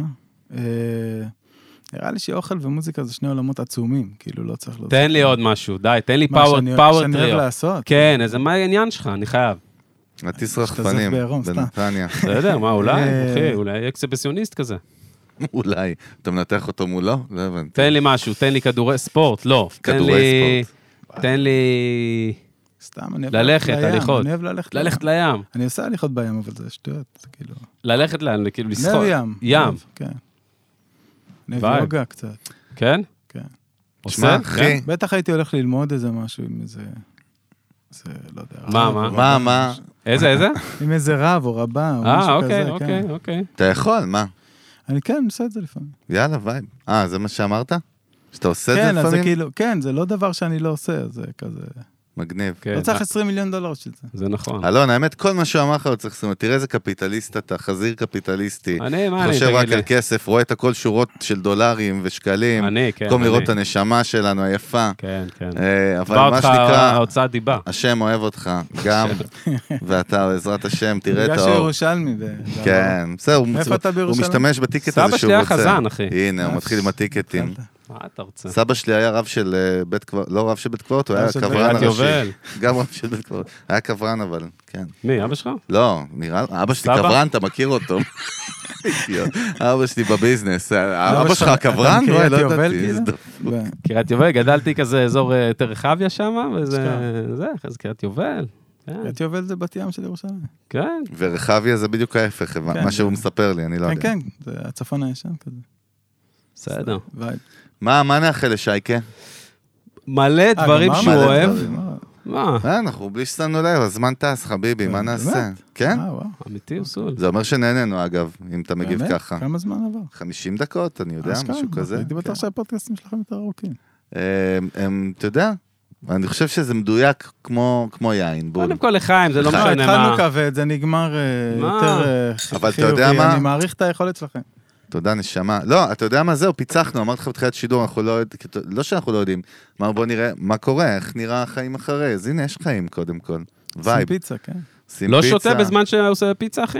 נראה לי שאוכל ומוזיקה זה שני עולמות עצומים, כאילו לא צריך... תן לי עוד משהו, די, תן לי פאוור טריו. מה שאני אוהב לעשות. כן, איזה מה העניין שלך, אני חייב. הטיס רחפנים, בנתניה. אתה יודע, מה, אולי, אחי, אולי אקספסיוניסט כזה. אולי, אתה מנתח אותו מולו? לא הבנתי. תן לי משהו, תן לי כדורי ספורט, לא. כדורי ספורט. תן לי... סתם, אני אוהב ללכת, הליכות. אני אוהב ללכת לים. ללכת לים. אני עושה הליכות בים, אבל זה שטויות, זה כאילו... ללכת לים, כאילו לשחות. ים. ים. כן. נב יוגה קצת. כן? כן. עושה? אחי. בטח הייתי הולך ללמוד איזה משהו עם איזה... זה, לא יודע. מה, מה? מה, מה? איזה, איזה? עם איזה רב או רבה או משהו כזה. אה, אוקיי, אוקיי, אוקיי. אתה יכול, מה? אני כן, אני עושה את זה לפעמים. יאללה, וייב. אה, זה מה שאמרת? שאתה עושה את זה כן, אז זה לפעמים? כאילו, כן, זה לא דבר שאני לא עושה, זה כזה... מגניב. לא צריך עשרים מיליון דולר של זה. זה נכון. אלון, האמת, כל מה שהוא אמר לך, הוא צריך לעשות, תראה איזה קפיטליסט אתה, חזיר קפיטליסטי. אני, מה אני, חושב תגיד רק לי. על כסף, רואה את הכל שורות של דולרים ושקלים. אני, כן, במקום אני. לראות את הנשמה שלנו, היפה. כן, כן. אה, אבל דיבה מה אותך, שנקרא, ההוצאת דיבה. השם אוהב אותך, גם, ואתה, בעזרת השם, תראה את בגלל האור. שירושלמי. כן, בסדר, איפה אתה הוא בירושלים? משתמש בטיקט סבא הזה שהוא שלי רוצה. היה חזן, אחי. הנה, הוא מתחיל עם הטיקטים. מה אתה רוצה? סבא שלי היה רב של אה, בית קברות, לא רב של בית קברות, הוא היה של קברן קריית הראשי. יובל. גם רב של בית קברות. היה קברן אבל, כן. מי, אבא שלך? לא, נראה, אבא שלי סבא? קברן, אתה מכיר אותו. אבא שלי בביזנס. אבא שלך קברן? אתה לא, מקריית לא יובל, ידעתי. כאילו? איזה דפוק. קריית יובל, גדלתי כזה אזור יותר רחביה שם, וזה, זה, אז קריית יובל. כן, קריית יובל זה בת ים של ירושלים. כן. ורחביה זה בדיוק ההפך, מה שהוא מספר לי, אני לא כן, יודע. כן, זה הצפון הישן כזה. בסדר. וייב. מה, מה נאחל לשייקה? מלא דברים אה, גם שהוא מלא אוהב. דברים, מה? מה? אה, אנחנו בלי ששמנו לב, הזמן טס, חביבי, מה נעשה? באמת? כן? אה, וואו. אמיתי אוסול. זה אומר שנהננו, אגב, אם אתה מגיב באמת? ככה. כמה זמן עבר? חמישים דקות, אני יודע, אשכרה, משהו כזה. הייתי בטוח כן. שהפודקאסטים שלכם יותר ארוכים. אה, הם, אתה יודע, אני חושב שזה מדויק כמו, כמו יין, בול. קודם כל לחיים, זה לא לחיים. משנה התחלנו מה. כבד, זה נגמר אה, מה? יותר אה, אבל אתה חיובי. יודע מה? אני מעריך את היכולת שלכם. תודה, נשמה. לא, אתה יודע מה זהו, פיצחנו, אמרתי לך בתחילת שידור, אנחנו לא יודעים, לא שאנחנו לא יודעים, אמר בוא נראה מה קורה, איך נראה החיים אחרי, אז הנה, יש חיים קודם כל. עושים וייב. פיצה, כן. עושים לא פיצה. שותה בזמן שעושה פיצה, אחי?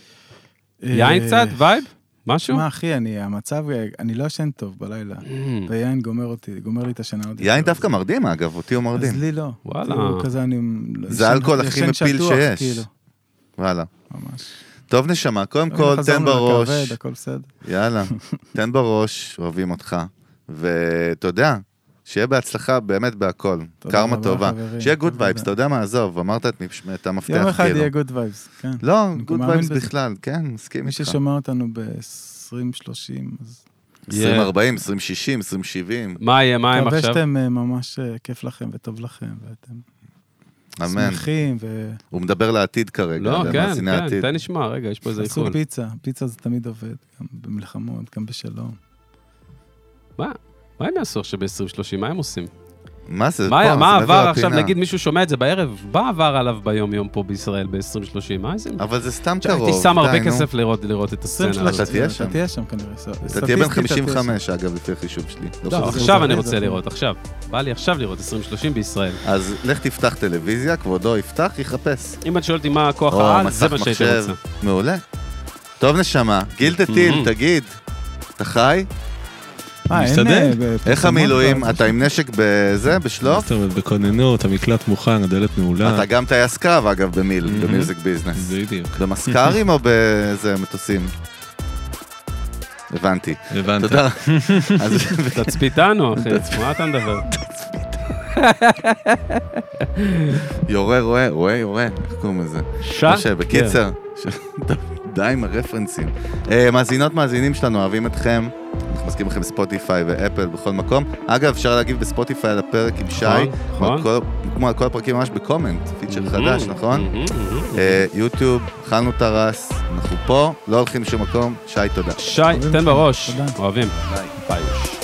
יין אה, קצת? וייב? משהו? מה, אחי, אני, המצב, אני לא ישן טוב בלילה. ויין גומר אותי, גומר לי את השינה עוד. יין יותר. דווקא מרדים, אגב, אותי הוא אז מרדים. לי לא. וואלה. כאילו, כזה אני... זה ישן- האלכוהול הכי ישן מפיל שטוח, שיש. כאילו. וואלה. ממש. טוב נשמה, קודם כל, תן בראש. לכבד, הכל בסדר. יאללה, תן בראש, אוהבים אותך. ואתה יודע, שיהיה בהצלחה באמת בהכל. קרמה טובה. שיהיה גוד וייבס, אתה יודע מה, עזוב, אמרת את המפתח. יום אחד יהיה גוד וייבס, כן. לא, גוד וייבס בכלל, כן, מסכים מי איתך. ששומע אותנו ב-עשרים שלושים, אז... עשרים ארבעים, עשרים שישים, עשרים שבעים. מה יהיה, מה הם עכשיו? מקווה שאתם ממש כיף לכם וטוב לכם, ואתם אמן. שמחים ו... הוא מדבר לעתיד כרגע. לא, כן, למאזיני כן, העתיד. תן נשמע, רגע, יש פה איזה עשו איחול. פיצה, פיצה זה תמיד עובד, גם במלחמות, גם בשלום. מה? מה הם יעשו עכשיו ב-עשרים שלושים? מה הם עושים? מה זה? מה פה, מה זה מעבר עבר עכשיו, לפינה. נגיד מישהו שומע את זה בערב, מה עבר עליו ביום יום פה בישראל ב-עשרים שלושים? מה זה? אבל זה סתם קרוב. הייתי שם הרבה די, נו. כסף לראות לראות את הסצנה עשרים הזאת. אתה תהיה שם. אתה תהיה שם כנראה. אתה תהיה בן חמישים וחמש, אגב, לפי החישוב שלי. לא, חושב עכשיו שזה- אני זה- רוצה זה- לראות, עכשיו. בא לי עכשיו לראות עשרים שלושים בישראל. אז לך תפתח טלוויזיה, כבודו יפתח, יחפש. אם את שואלת אותי מה הכוח או העל, זה מסך מה שהייתי מחשב. רוצה. מעולה. טוב נשמה, גיל תטיל, Mhm. תגיד, אתה חי? אה, אין, משתדל. אה, בפרסומות איך המילואים? כבר, אתה עם נשק בזה, בשלוף? זאת אומרת, בכוננות, המקלט מוכן, הדלת נעולה. אתה גם טייס קרב, אגב, במיל, Mhm. במיוזיק ביזנס. בדיוק. במסקרים או באיזה מטוסים? הבנתי. הבנת. תודה. אז תצפיתנו, אחי, מה אתה מדבר? יורה, רואה, רואה, יורה, איך קוראים לזה? שע? משה, בקיצר, ש- די עם הרפרנסים. אה, מאזינות, מאזינים שלנו, אוהבים אתכם. אנחנו מזכירים לכם בספוטיפיי ואפל בכל מקום. אגב, אפשר להגיב בספוטיפיי על הפרק עם שי. נכון, כמו נכון. כל- כמו על כל הפרקים ממש בקומנט, פיצ'ר חדש, נכון? מהמם, מהמם. אה, יוטיוב, אכלנו טרס, אנחנו פה, לא הולכים לשום מקום. שי, תודה. שי, תן בראש. תודה. אוהבים. ביי. ביי.